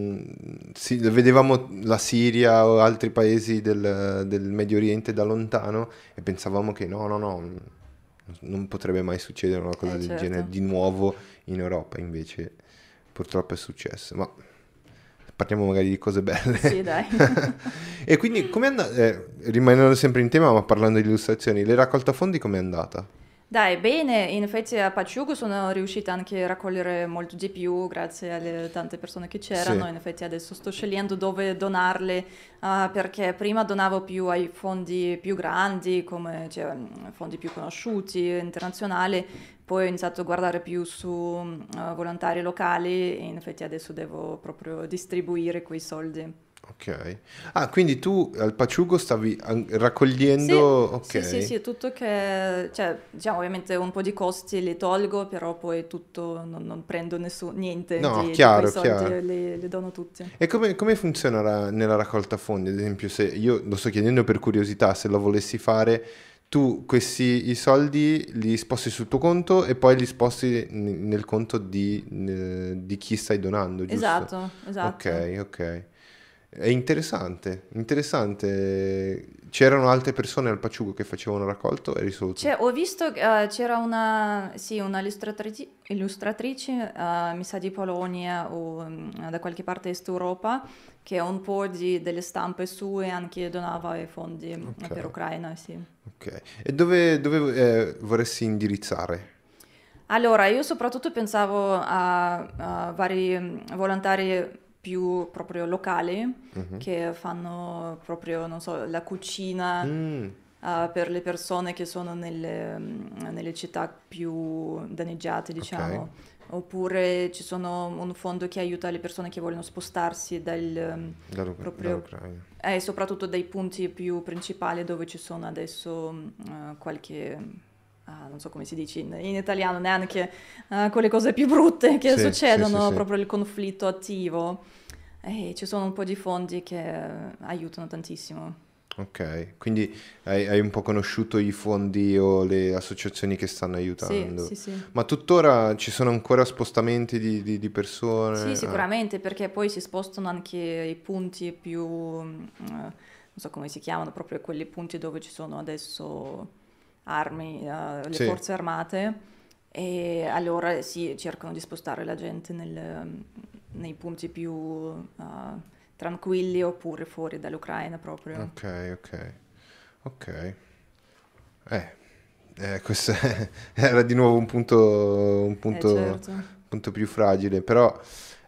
Speaker 1: vedevamo la Siria o altri paesi del Medio Oriente da lontano e pensavamo che no, no, no, non potrebbe mai succedere una cosa del genere
Speaker 3: Certo.
Speaker 1: di nuovo in Europa, invece purtroppo è successo. Ma parliamo magari di cose belle.
Speaker 3: Sì, dai.
Speaker 1: E quindi com'è andata, rimanendo sempre in tema, ma parlando di illustrazioni, le raccolta fondi com'è andata?
Speaker 3: Dai, bene, in effetti a Paciugo sono riuscita anche a raccogliere molto di più grazie alle tante persone che
Speaker 1: Sì,
Speaker 3: c'erano. In effetti adesso sto scegliendo dove donarle, perché prima donavo più ai fondi più grandi, come cioè, fondi più conosciuti, internazionali, poi ho iniziato a guardare più su volontari locali e in effetti adesso devo proprio distribuire quei soldi.
Speaker 1: ok. Ah, quindi tu al Paciugo stavi
Speaker 3: Sì,
Speaker 1: raccogliendo,
Speaker 3: sì, sì,
Speaker 1: ok,
Speaker 3: sì, tutto che, cioè, diciamo, ovviamente un po' di costi li tolgo, però poi tutto, non prendo niente
Speaker 1: no,
Speaker 3: di quei
Speaker 1: chiaro,
Speaker 3: soldi,
Speaker 1: chiaro.
Speaker 3: li dono tutti.
Speaker 1: E come funziona nella raccolta fondi? Ad esempio, se io lo sto chiedendo per curiosità, se lo volessi fare, tu i soldi li sposti sul tuo conto e poi li sposti nel conto di chi stai donando, giusto?
Speaker 3: Esatto, esatto.
Speaker 1: Ok, ok. È interessante, interessante. C'erano altre persone al Paciugo che facevano raccolto e eri solo tu?
Speaker 3: Ho visto che c'era una, sì, una illustratrice, mi sa di Polonia o da qualche parte est Europa, che un po' delle stampe sue anche donava ai fondi
Speaker 1: Ok,
Speaker 3: per Ucraina, sì.
Speaker 1: ok. E dove vorresti indirizzare?
Speaker 3: Allora, io soprattutto pensavo a vari volontari più proprio locali
Speaker 1: Mhm.
Speaker 3: che fanno proprio, non so, la cucina
Speaker 1: Mm,
Speaker 3: per le persone che sono nelle città più danneggiate,
Speaker 1: ok,
Speaker 3: diciamo. Oppure ci sono un fondo che aiuta le persone che vogliono spostarsi proprio,
Speaker 1: dall'Ucraina.
Speaker 3: soprattutto dai punti più principali dove ci sono adesso qualche, non so come si dice in italiano, neanche quelle cose più brutte che
Speaker 1: Sì, sì, sì,
Speaker 3: succedono,
Speaker 1: sì.
Speaker 3: proprio il conflitto attivo. E ci sono un po' di fondi che aiutano tantissimo.
Speaker 1: Ok, quindi hai un po' conosciuto i fondi o le associazioni che stanno
Speaker 3: Sì,
Speaker 1: aiutando.
Speaker 3: sì, sì.
Speaker 1: Ma tuttora ci sono ancora spostamenti di
Speaker 3: Sì,
Speaker 1: persone? Ah,
Speaker 3: sicuramente, perché poi si spostano anche i punti più, non so come si chiamano, proprio quelli punti dove ci sono adesso armi, le
Speaker 1: sì,
Speaker 3: forze armate, e allora sì, cercano di spostare la gente nei punti più tranquilli oppure fuori dall'Ucraina proprio.
Speaker 1: ok, ok, ok. Eh, questo era di nuovo un
Speaker 3: Certo.
Speaker 1: punto più fragile, però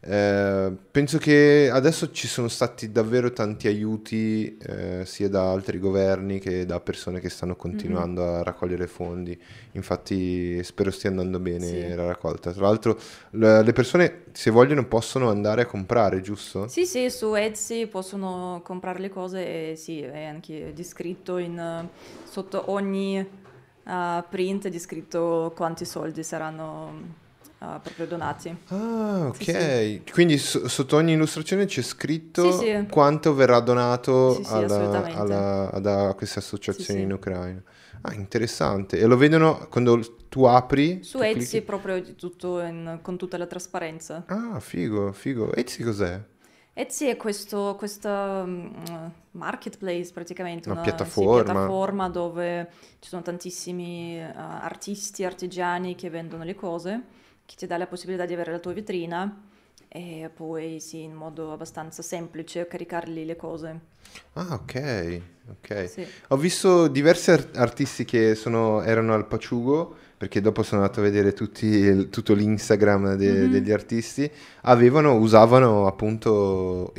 Speaker 1: penso che adesso ci sono stati davvero tanti aiuti, sia da altri governi che da persone che stanno
Speaker 3: Mhm.
Speaker 1: continuando a raccogliere fondi. Infatti spero stia andando bene
Speaker 3: Sì.
Speaker 1: la raccolta. Tra l'altro le persone, se vogliono, possono andare a comprare, giusto?
Speaker 3: Sì, sì, su Etsy possono comprare le cose e sì, è anche descritto sotto ogni print è descritto quanti soldi saranno proprio donati.
Speaker 1: Ah,
Speaker 3: Sì, sì.
Speaker 1: ok. Quindi sotto ogni illustrazione c'è
Speaker 3: Sì,
Speaker 1: scritto
Speaker 3: sì,
Speaker 1: quanto verrà donato
Speaker 3: sì, sì, assolutamente.
Speaker 1: a queste
Speaker 3: Sì,
Speaker 1: associazioni
Speaker 3: sì.
Speaker 1: in Ucraina. Ah, interessante. E lo vedono quando tu apri,
Speaker 3: Su
Speaker 1: tu
Speaker 3: Etsy
Speaker 1: clicchi.
Speaker 3: proprio è tutto con tutta la trasparenza.
Speaker 1: Ah, figo, figo. Etsy cos'è?
Speaker 3: Etsy è questa marketplace praticamente,
Speaker 1: Una
Speaker 3: una sì,
Speaker 1: piattaforma?
Speaker 3: piattaforma dove ci sono tantissimi artisti, artigiani che vendono le cose, che ti dà la possibilità di avere la tua vetrina e poi sì, in modo abbastanza semplice caricarli le cose.
Speaker 1: Ah, ok, ok.
Speaker 3: Sì.
Speaker 1: Ho visto diversi artisti che erano al Paciugo, perché dopo sono andato a vedere tutto l'Instagram degli
Speaker 3: Mhm.
Speaker 1: artisti, usavano appunto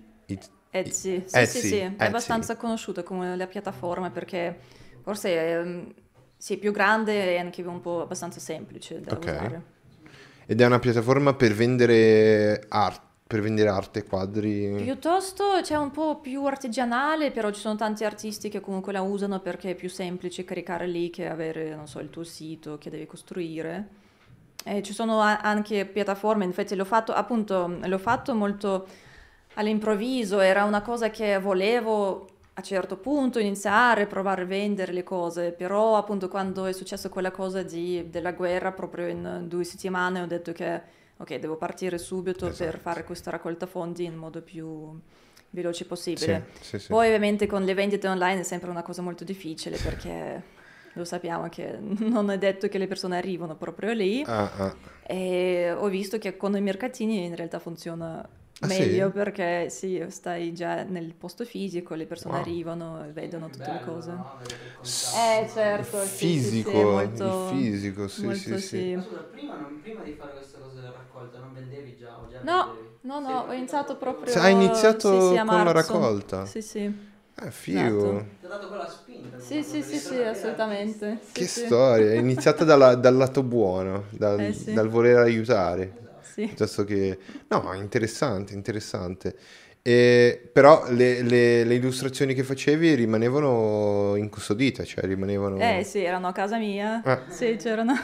Speaker 3: Etsy, sì, sì, sì,
Speaker 1: Etsy,
Speaker 3: è
Speaker 1: Etsy.
Speaker 3: abbastanza conosciuta come la piattaforma perché forse sì, è più grande e anche un po' abbastanza semplice da
Speaker 1: Ok.
Speaker 3: usare.
Speaker 1: Ed è una piattaforma per vendere arte, quadri.
Speaker 3: Piuttosto c'è un po' più artigianale, però ci sono tanti artisti che comunque la usano perché è più semplice caricare lì che avere, non so, il tuo sito che devi costruire. E ci sono anche piattaforme, infatti l'ho fatto, appunto, l'ho fatto molto all'improvviso, era una cosa che volevo a un certo punto iniziare, provare a vendere le cose, però appunto quando è successo quella cosa della guerra, proprio in 2 settimane ho detto che ok, devo partire subito per
Speaker 1: Esatto.
Speaker 3: fare questa raccolta fondi in modo più veloce
Speaker 1: Sì,
Speaker 3: possibile.
Speaker 1: sì, sì.
Speaker 3: Poi ovviamente con le vendite online è sempre una cosa molto difficile perché lo sappiamo che non è detto che le persone arrivano proprio lì
Speaker 1: Ah, ah.
Speaker 3: e ho visto che con i mercatini in realtà funziona
Speaker 1: Ah, sì?
Speaker 3: meglio perché sì, stai già nel posto fisico, le persone
Speaker 1: Wow.
Speaker 3: arrivano e
Speaker 2: È
Speaker 3: vedono
Speaker 2: più
Speaker 3: tutte le
Speaker 2: bello,
Speaker 3: cose.
Speaker 2: no? Avere quel contatto.
Speaker 3: Certo, sì, sì, sì, è
Speaker 1: Il
Speaker 3: molto,
Speaker 1: fisico, sì, sì,
Speaker 3: molto
Speaker 1: sì.
Speaker 3: sì.
Speaker 2: Ma scusa, prima di fare questa cosa della raccolta, non vendevi già o già
Speaker 3: No,
Speaker 2: vendevi?
Speaker 3: no,
Speaker 2: Sei
Speaker 3: no, ho
Speaker 2: partita
Speaker 3: iniziato
Speaker 1: Se hai
Speaker 3: proprio, sì, sì,
Speaker 1: iniziato
Speaker 3: a
Speaker 1: con la
Speaker 3: marzo.
Speaker 1: raccolta.
Speaker 3: Sì, sì,
Speaker 1: Figo.
Speaker 3: esatto.
Speaker 2: Ti ha dato quella spinta
Speaker 3: Sì,
Speaker 2: comunque
Speaker 3: sì,
Speaker 2: per
Speaker 3: sì, sì,
Speaker 2: intraprendere
Speaker 3: assolutamente.
Speaker 2: artistica.
Speaker 3: Sì,
Speaker 1: Che
Speaker 3: sì.
Speaker 1: storia. È iniziata dal lato buono,
Speaker 3: Sì,
Speaker 1: dal voler aiutare.
Speaker 2: Esatto.
Speaker 3: sì.
Speaker 1: Piuttosto che... No, interessante, interessante. Però le illustrazioni che facevi rimanevano incustodite, cioè rimanevano...
Speaker 3: Sì, erano a casa mia.
Speaker 1: Ah,
Speaker 3: Sì, c'erano.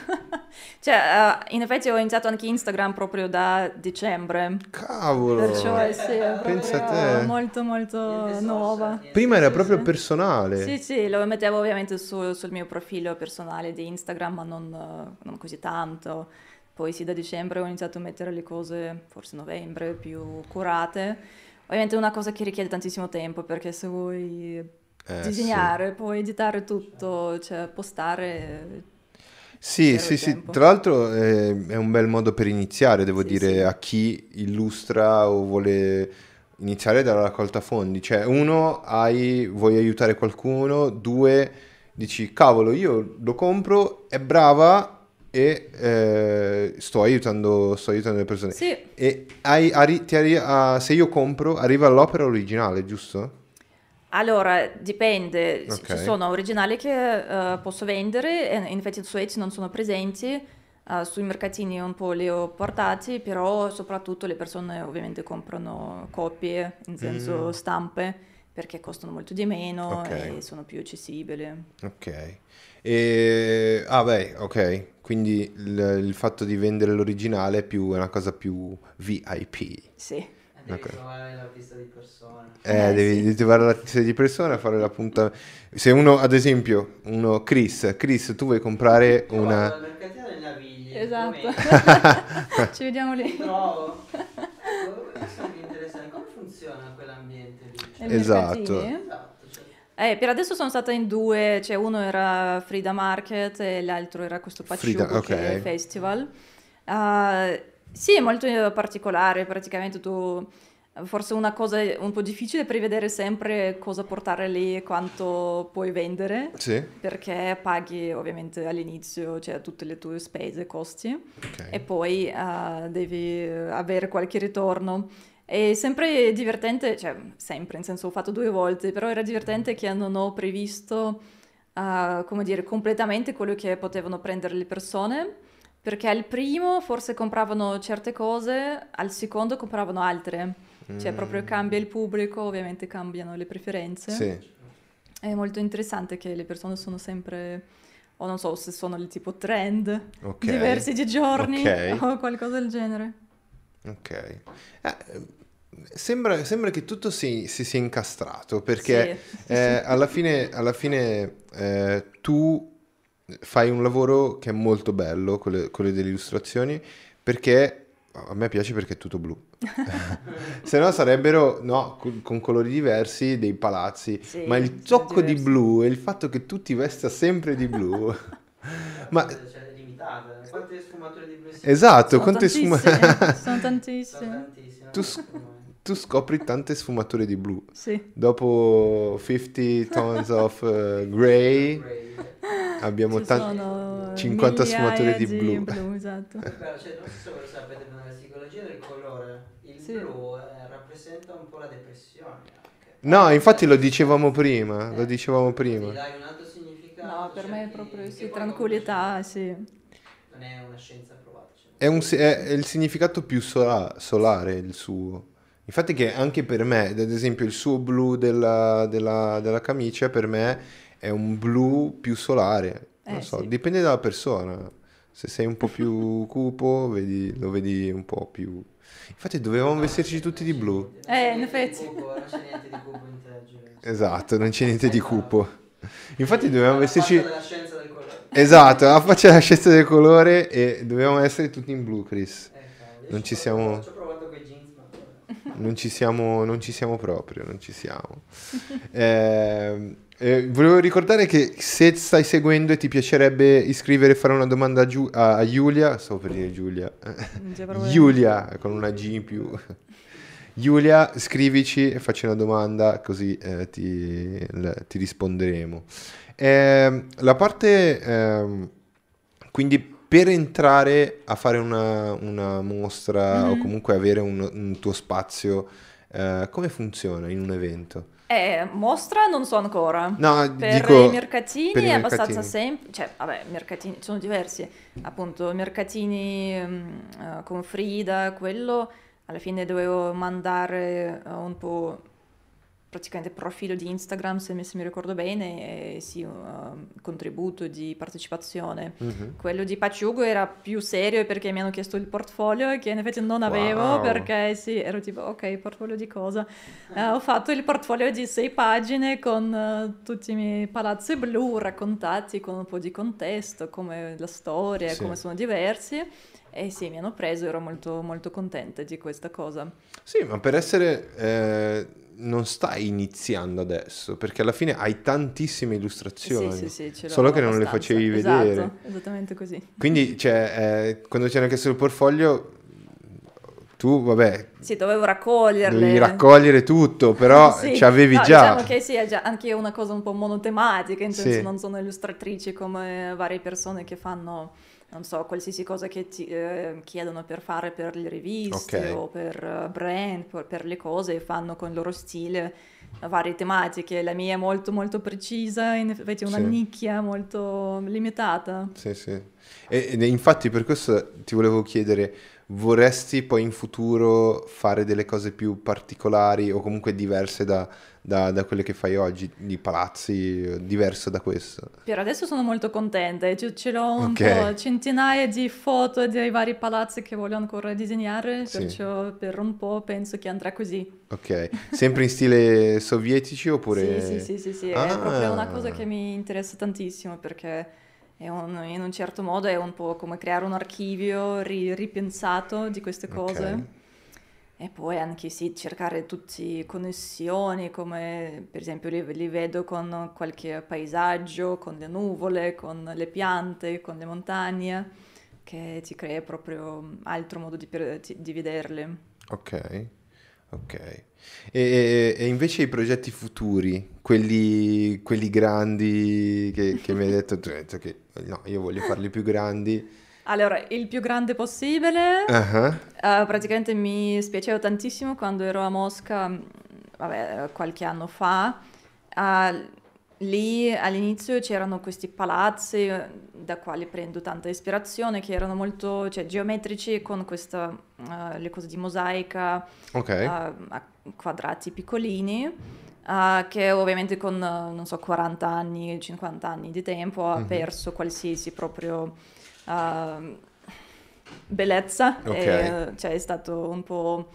Speaker 3: Cioè, in effetti ho iniziato anche Instagram proprio da dicembre.
Speaker 1: cavolo!
Speaker 3: Perciò sì, è
Speaker 1: Pensa a
Speaker 3: proprio
Speaker 1: te.
Speaker 3: molto
Speaker 2: Niente
Speaker 3: molto
Speaker 2: social,
Speaker 3: nuova.
Speaker 2: niente
Speaker 1: Prima
Speaker 3: Sì,
Speaker 1: era
Speaker 3: sì,
Speaker 1: proprio
Speaker 3: sì.
Speaker 1: personale.
Speaker 3: Sì, sì, lo mettevo ovviamente sul mio profilo personale di Instagram, ma non così tanto. Poi sì, da dicembre ho iniziato a mettere le cose, forse novembre, più curate. Ovviamente è una cosa che richiede tantissimo tempo, perché se vuoi
Speaker 1: Sì.
Speaker 3: disegnare, poi editare tutto, cioè postare, ci
Speaker 1: Sì,
Speaker 3: serve
Speaker 1: sì, sì.
Speaker 3: tempo.
Speaker 1: Tra l'altro è un bel modo per iniziare, devo
Speaker 3: Sì,
Speaker 1: dire,
Speaker 3: sì.
Speaker 1: a chi illustra o vuole iniziare dalla raccolta fondi. Cioè, uno, vuoi aiutare qualcuno, due, dici, cavolo, io lo compro, è brava, e sto aiutando le persone.
Speaker 3: Sì.
Speaker 1: E se io compro, arriva l'opera originale, giusto?
Speaker 3: Allora, dipende,
Speaker 1: Ok.
Speaker 3: ci sono originali che posso vendere, e in effetti su Etsy non sono presenti, sui mercatini un po' li ho portati, però soprattutto le persone ovviamente comprano copie, in senso stampe, perché costano molto di meno
Speaker 1: Ok.
Speaker 3: e sono più accessibili.
Speaker 1: Ok. Ok. Quindi il fatto di vendere l'originale è una cosa più VIP.
Speaker 3: Sì.
Speaker 2: Devi
Speaker 1: Ok.
Speaker 2: trovare l'artista di persona.
Speaker 1: Devi
Speaker 3: Sì.
Speaker 1: trovare l'artista di persona, fare l'appuntamento. Se uno, ad esempio, Chris, tu vuoi comprare
Speaker 2: Io vado
Speaker 1: una...
Speaker 2: al mercatino delle Navigli.
Speaker 3: Esatto.
Speaker 2: domenica,
Speaker 3: Ci vediamo
Speaker 2: mi
Speaker 3: lì.
Speaker 2: trovo. Ecco, io sono più interessante. Come funziona quell'ambiente lì?
Speaker 3: Nei
Speaker 1: Esatto.
Speaker 3: mercatini?
Speaker 2: Esatto, cioè,
Speaker 3: Per adesso sono stata in due, cioè uno era Frida Market e l'altro era questo
Speaker 1: Frida,
Speaker 3: Paciugo che è
Speaker 1: ok.
Speaker 3: festival. Sì, è molto particolare, praticamente tu, forse una cosa un po' difficile è prevedere sempre cosa portare lì e quanto puoi vendere,
Speaker 1: Sì?
Speaker 3: perché paghi ovviamente all'inizio, cioè tutte le tue spese, costi, e
Speaker 1: Ok.
Speaker 3: poi devi avere qualche ritorno. È sempre divertente, cioè sempre, nel senso ho fatto due volte, però era divertente che non ho previsto, come dire, completamente quello che potevano prendere le persone, perché al primo forse compravano certe cose, al secondo compravano altre, cioè proprio cambia il pubblico, ovviamente cambiano le preferenze.
Speaker 1: Sì.
Speaker 3: È molto interessante che le persone sono sempre, o non so se sono il tipo trend,
Speaker 1: Ok.
Speaker 3: diversi di giorni
Speaker 1: Ok.
Speaker 3: o qualcosa del genere.
Speaker 1: Ok. Sembra che tutto si sia incastrato perché
Speaker 3: Sì, sì.
Speaker 1: alla fine tu fai un lavoro che è molto bello, quello delle illustrazioni, perché a me piace perché è tutto blu. Se no sarebbero, no, con colori diversi dei palazzi, ma
Speaker 3: Sì,
Speaker 1: il
Speaker 3: sono
Speaker 1: tocco di
Speaker 3: diversi.
Speaker 1: blu e il fatto che tu ti vesta sempre di blu. Ma
Speaker 2: cioè, è limitata. Quante sfumature di blu si
Speaker 1: esatto,
Speaker 3: Sono
Speaker 1: quante
Speaker 3: tantissime,
Speaker 1: sfumature...
Speaker 3: sono
Speaker 2: Sono
Speaker 3: tantissime.
Speaker 2: tantissime.
Speaker 1: Tu, tu scopri tante sfumature di blu.
Speaker 3: Sì,
Speaker 1: Dopo 50 Tones of Grey abbiamo
Speaker 3: ci sono
Speaker 1: 50 sfumature
Speaker 3: migliaia
Speaker 1: di
Speaker 3: di
Speaker 1: blu.
Speaker 3: blu, esatto.
Speaker 2: Però, cioè, non so se voi sapete, ma nella psicologia del colore, il
Speaker 3: Sì.
Speaker 2: blu rappresenta un po' la depressione anche.
Speaker 1: No, infatti lo
Speaker 2: Cioè,
Speaker 1: dicevamo prima, lo dicevamo
Speaker 2: Gli
Speaker 1: prima.
Speaker 2: dai un altro significato.
Speaker 3: No, per me è proprio
Speaker 2: che
Speaker 3: sì,
Speaker 2: poi
Speaker 3: tranquillità, sì.
Speaker 2: non è una scienza provata. Cioè,
Speaker 1: È il significato più solare il suo. Infatti che anche per me, ad esempio il suo blu della camicia, per me è un blu più solare. Non so,
Speaker 3: Sì.
Speaker 1: dipende dalla persona. Se sei un po' più cupo, lo vedi un po' più... Infatti dovevamo vestirci tutti di blu.
Speaker 3: In effetti.
Speaker 2: Non c'è niente di cupo in te, Giulio.
Speaker 1: Esatto, non c'è niente di cupo. Infatti dovevamo
Speaker 2: Alla
Speaker 1: vestirci...
Speaker 2: faccia della scienza del colore.
Speaker 1: Esatto, la faccia della scienza del colore e dovevamo essere tutti in blu, Chris.
Speaker 2: Cavolo, io
Speaker 1: Non ci
Speaker 2: ci
Speaker 1: siamo...
Speaker 2: ho provato con i jeans, ma vabbè.
Speaker 1: Non ci siamo proprio, non ci siamo. Volevo ricordare che se stai seguendo e ti piacerebbe iscrivere e fare una domanda a Giulia, stavo per dire Giulia,
Speaker 3: Non c'è problema.
Speaker 1: Giulia con una G in più. Giulia, scrivici e facci una domanda così ti risponderemo. La parte, quindi per entrare a fare una mostra o comunque avere un tuo spazio, come funziona in un evento?
Speaker 3: Mostra non so ancora.
Speaker 1: No,
Speaker 3: Per
Speaker 1: dico
Speaker 3: i mercatini
Speaker 1: per i
Speaker 3: è abbastanza
Speaker 1: mercatini.
Speaker 3: semplice, cioè, vabbè, i mercatini sono diversi, appunto, i mercatini con Frida, quello, alla fine dovevo mandare un po' praticamente profilo di Instagram, se mi ricordo bene, e sì, un contributo di partecipazione.
Speaker 1: Mhm.
Speaker 3: Quello di Paciugo era più serio perché mi hanno chiesto il portfolio che in effetti non avevo
Speaker 1: Wow.
Speaker 3: perché sì, ero tipo ok, portfolio di cosa? Ho fatto il portfolio di 6 pagine con tutti i miei palazzi blu raccontati con un po' di contesto, come la storia,
Speaker 1: Sì.
Speaker 3: come sono diversi. E sì, mi hanno preso, ero molto, molto contenta di questa cosa.
Speaker 1: Sì, ma per essere... non stai iniziando adesso, perché alla fine hai tantissime illustrazioni,
Speaker 3: Sì, ce l'ho
Speaker 1: solo che non le
Speaker 3: abbastanza.
Speaker 1: facevi vedere.
Speaker 3: Esatto, esattamente così.
Speaker 1: Quindi, cioè, quando ci hanno chiesto il portfolio, tu, vabbè,
Speaker 3: Sì, dovevo raccoglierle.
Speaker 1: dovevi raccogliere tutto, però
Speaker 3: Sì,
Speaker 1: ci avevi
Speaker 3: no,
Speaker 1: già.
Speaker 3: diciamo che sì, è già anche una cosa un po' monotematica, in senso
Speaker 1: Sì.
Speaker 3: non sono illustratrici come varie persone che fanno non so, qualsiasi cosa che ti chiedono per fare per le riviste
Speaker 1: Ok,
Speaker 3: o per brand, per le cose, e fanno con il loro stile varie tematiche. La mia è molto molto precisa, in effetti è una
Speaker 1: sì.
Speaker 3: nicchia molto limitata.
Speaker 1: Sì, sì. Ed infatti per questo ti volevo chiedere, vorresti poi in futuro fare delle cose più particolari o comunque diverse da quelle che fai oggi, di palazzi, diverso da questo?
Speaker 3: Per adesso sono molto contenta e ce l'ho un
Speaker 1: Ok,
Speaker 3: po' centinaia di foto dei vari palazzi che voglio ancora disegnare,
Speaker 1: sì,
Speaker 3: perciò per un po' penso che andrà così.
Speaker 1: ok. Sempre in stile sovietici
Speaker 3: Sì, sì,
Speaker 1: oppure...
Speaker 3: sì, sì, sì, è proprio una cosa che
Speaker 1: Ah,
Speaker 3: mi interessa tantissimo perché in un certo modo è un po' come creare un archivio ripensato di queste
Speaker 1: ok,
Speaker 3: cose e poi anche sì, cercare tutte connessioni, come per esempio li vedo con qualche paesaggio, con le nuvole, con le piante, con le montagne, che ti crea proprio altro modo di vederle.
Speaker 1: ok, ok. E invece i progetti futuri, quelli grandi che mi hai detto, tu hai detto che no, io voglio farli più grandi.
Speaker 3: Allora, il più grande possibile,
Speaker 1: Ah,
Speaker 3: praticamente mi spiaceva tantissimo quando ero a Mosca, vabbè, qualche anno fa. eh, Lì all'inizio c'erano questi palazzi da quali prendo tanta ispirazione, che erano molto, cioè, geometrici con le cose di mosaica,
Speaker 1: ok.
Speaker 3: a quadrati piccolini, che ovviamente con, non so, 40 anni, 50 anni di tempo ha
Speaker 1: Mhm.
Speaker 3: perso qualsiasi proprio uh, bellezza,
Speaker 1: Ok,
Speaker 3: e, cioè è stato un po'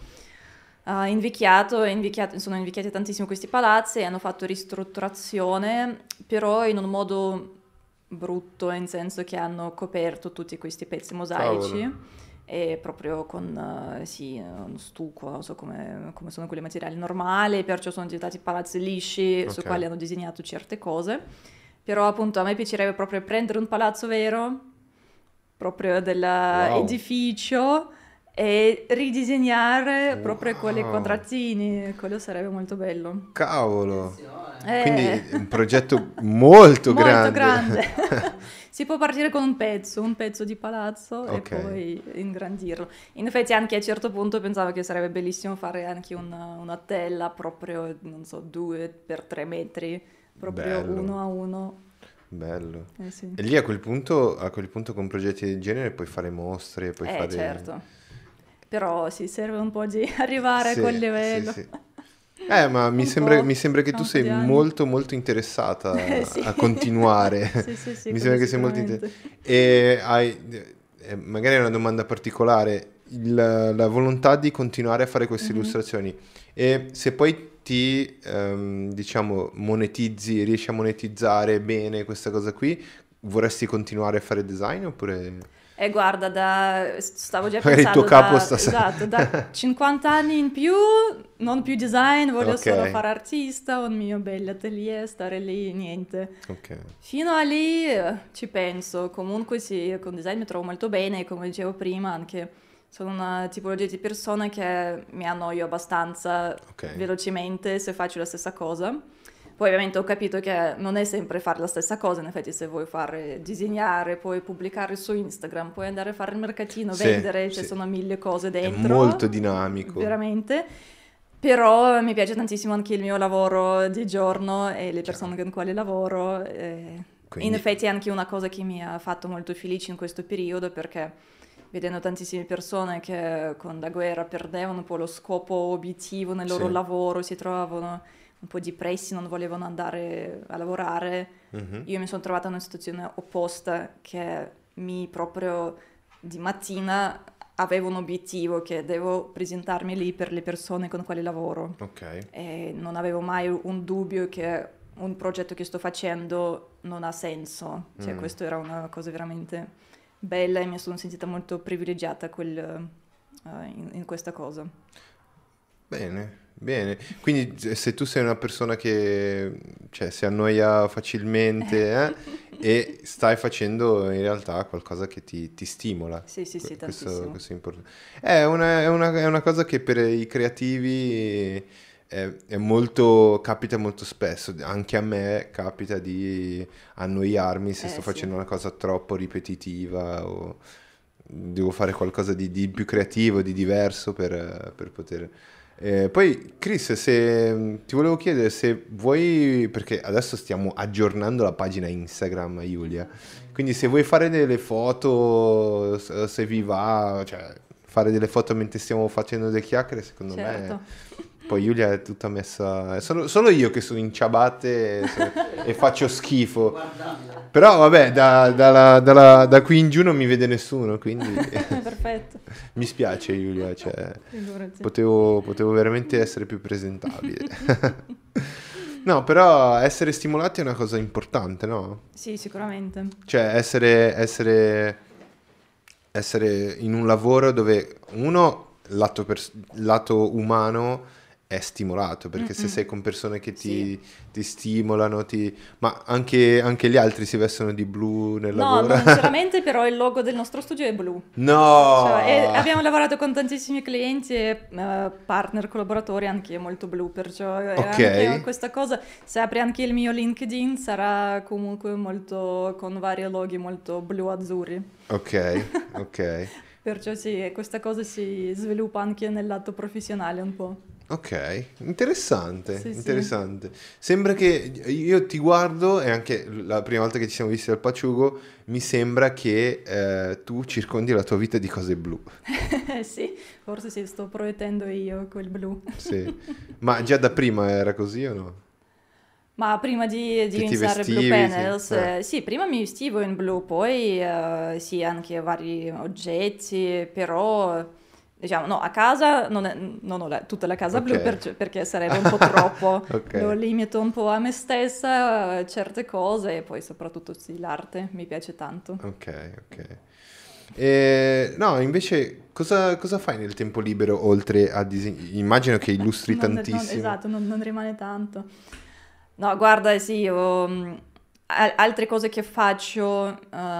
Speaker 3: sono invecchiati tantissimo questi palazzi e hanno fatto ristrutturazione, però in un modo brutto, in senso che hanno coperto tutti questi pezzi
Speaker 1: cavolo.
Speaker 3: mosaici e proprio con sì, uno stucco, non so come sono quei materiali normali, perciò sono diventati palazzi lisci su
Speaker 1: Ok.
Speaker 3: quali hanno disegnato certe cose. Però appunto a me piacerebbe proprio prendere un palazzo vero, proprio
Speaker 1: Wow.
Speaker 3: dell'edificio, e ridisegnare proprio quelle
Speaker 1: Wow.
Speaker 3: quadratini, quello sarebbe molto bello.
Speaker 1: Cavolo.
Speaker 2: Attenzione.
Speaker 3: Eh,
Speaker 1: Quindi è un progetto molto
Speaker 3: molto
Speaker 1: grande.
Speaker 3: grande.
Speaker 2: Wow.
Speaker 3: Si può partire con un pezzo di palazzo e
Speaker 1: Ok.
Speaker 3: poi ingrandirlo. In effetti anche a un certo punto pensavo che sarebbe bellissimo fare anche una tela proprio, non so, 2 per 3 metri, proprio
Speaker 1: Bello,
Speaker 3: uno a uno.
Speaker 1: bello.
Speaker 3: Eh sì.
Speaker 1: E lì a quel punto con progetti del genere puoi fare mostre, puoi fare...
Speaker 3: Certo. Però sì, serve un po' di arrivare a quel
Speaker 1: Sì, sì,
Speaker 3: livello.
Speaker 1: sì. Ma mi sembra che
Speaker 3: Tra
Speaker 1: tu
Speaker 3: un po'
Speaker 1: sei
Speaker 3: di anni.
Speaker 1: molto molto interessata
Speaker 3: Sì.
Speaker 1: a continuare.
Speaker 3: Sì, sì, sì,
Speaker 1: Mi
Speaker 3: quello
Speaker 1: sembra che sei molto interessata.
Speaker 3: sicuramente.
Speaker 1: E hai, magari è una domanda particolare, la volontà di continuare a fare queste
Speaker 3: Mhm.
Speaker 1: illustrazioni e se poi diciamo, riesci a monetizzare bene questa cosa qui, vorresti continuare a fare design oppure
Speaker 3: E guarda, stavo già
Speaker 1: magari il tuo
Speaker 3: pensando
Speaker 1: capo sta...
Speaker 3: esatto, da 50 anni in più, non più design, voglio
Speaker 1: Ok,
Speaker 3: solo fare artista, un mio bel atelier, stare lì, niente.
Speaker 1: ok.
Speaker 3: Fino a lì ci penso, comunque sì, con design mi trovo molto bene, come dicevo prima, anche sono una tipologia di persone che mi annoio abbastanza
Speaker 1: Ok,
Speaker 3: velocemente se faccio la stessa cosa. Poi ovviamente ho capito che non è sempre fare la stessa cosa, in effetti se vuoi fare disegnare, puoi pubblicare su Instagram, puoi andare a fare il mercatino,
Speaker 1: sì,
Speaker 3: vendere, ci
Speaker 1: sì,
Speaker 3: sono mille cose
Speaker 1: è molto
Speaker 3: dentro,
Speaker 1: dinamico,
Speaker 3: veramente. Però mi piace tantissimo anche il mio lavoro di giorno e le persone
Speaker 1: chiaro.
Speaker 3: con le quali lavoro. In
Speaker 1: Quindi,
Speaker 3: effetti è anche una cosa che mi ha fatto molto felice in questo periodo perché vedendo tantissime persone che con la guerra perdevano un po' lo scopo obiettivo nel loro
Speaker 1: sì.
Speaker 3: lavoro, si trovavano un po' depressi, non volevano andare a lavorare.
Speaker 1: Mhm.
Speaker 3: Io mi sono trovata in una situazione opposta che mi proprio di mattina avevo un obiettivo che devo presentarmi lì per le persone con le quali lavoro
Speaker 1: Ok.
Speaker 3: e non avevo mai un dubbio che un progetto che sto facendo non ha senso. Cioè,
Speaker 1: Mm.
Speaker 3: questo era una cosa veramente bella e mi sono sentita molto privilegiata in questa cosa.
Speaker 1: Bene, bene. Quindi se tu sei una persona che, cioè, si annoia facilmente, e stai facendo in realtà qualcosa che ti stimola.
Speaker 3: Sì, sì, sì, tantissimo.
Speaker 1: Questo è importante. È una cosa che per i creativi è molto, capita molto spesso, anche a me capita di annoiarmi se sto
Speaker 3: Sì.
Speaker 1: facendo una cosa troppo ripetitiva o devo fare qualcosa di più creativo, di diverso per poter... poi Chris, se ti volevo chiedere se vuoi, perché adesso stiamo aggiornando la pagina Instagram, Giulia, quindi se vuoi fare delle foto, se vi va, cioè fare delle foto mentre stiamo facendo delle chiacchiere, secondo me...
Speaker 3: Certo.
Speaker 1: Poi Giulia è tutta messa... Solo io che sono in ciabatte e faccio schifo.
Speaker 2: Guardate.
Speaker 1: Però vabbè, da qui in giù non mi vede nessuno, quindi
Speaker 3: Perfetto.
Speaker 1: mi spiace Giulia, cioè,
Speaker 3: Figurati.
Speaker 1: potevo veramente essere più presentabile. No, però essere stimolati è una cosa importante, no?
Speaker 3: Sì, sicuramente.
Speaker 1: Cioè essere in un lavoro dove uno, lato umano, è stimolato, perché se sei con persone che
Speaker 3: Sì.
Speaker 1: ti stimolano, ma anche gli altri si vestono di blu nel
Speaker 3: No,
Speaker 1: lavoro.
Speaker 3: non necessariamente, però il logo del nostro studio è blu.
Speaker 1: No!
Speaker 3: Cioè, abbiamo lavorato con tantissimi clienti e partner, collaboratori anche molto blu, perciò
Speaker 1: Ok.
Speaker 3: anche questa cosa, se apri anche il mio LinkedIn, sarà comunque molto con vari loghi molto blu-azzurri.
Speaker 1: Ok.
Speaker 3: Perciò sì, questa cosa si sviluppa anche nel lato professionale un po'.
Speaker 1: Ok, interessante,
Speaker 3: Sì, sì.
Speaker 1: interessante. Sembra che io ti guardo e anche la prima volta che ci siamo visti al Paciugo, mi sembra che tu circondi la tua vita di cose blu.
Speaker 3: Sì, forse sì, sto promettendo io quel blu.
Speaker 1: Sì. Ma già da prima era così o no?
Speaker 3: Ma prima di
Speaker 1: Che ti
Speaker 3: iniziare Blue
Speaker 1: vestivi?
Speaker 3: Panels,
Speaker 1: Sì.
Speaker 3: sì, prima mi vestivo in blu, poi sì, anche vari oggetti, però diciamo, no, a casa non ho tutta la casa blu
Speaker 1: Ok.
Speaker 3: perché sarebbe un po' troppo,
Speaker 1: Ok.
Speaker 3: lo limito un po' a me stessa, certe cose e poi soprattutto sì, l'arte mi piace tanto.
Speaker 1: Ok. No, invece cosa fai nel tempo libero oltre a disegnare? Immagino che illustri tantissimo.
Speaker 3: Esatto, non rimane tanto. No, guarda, sì, altre cose che faccio,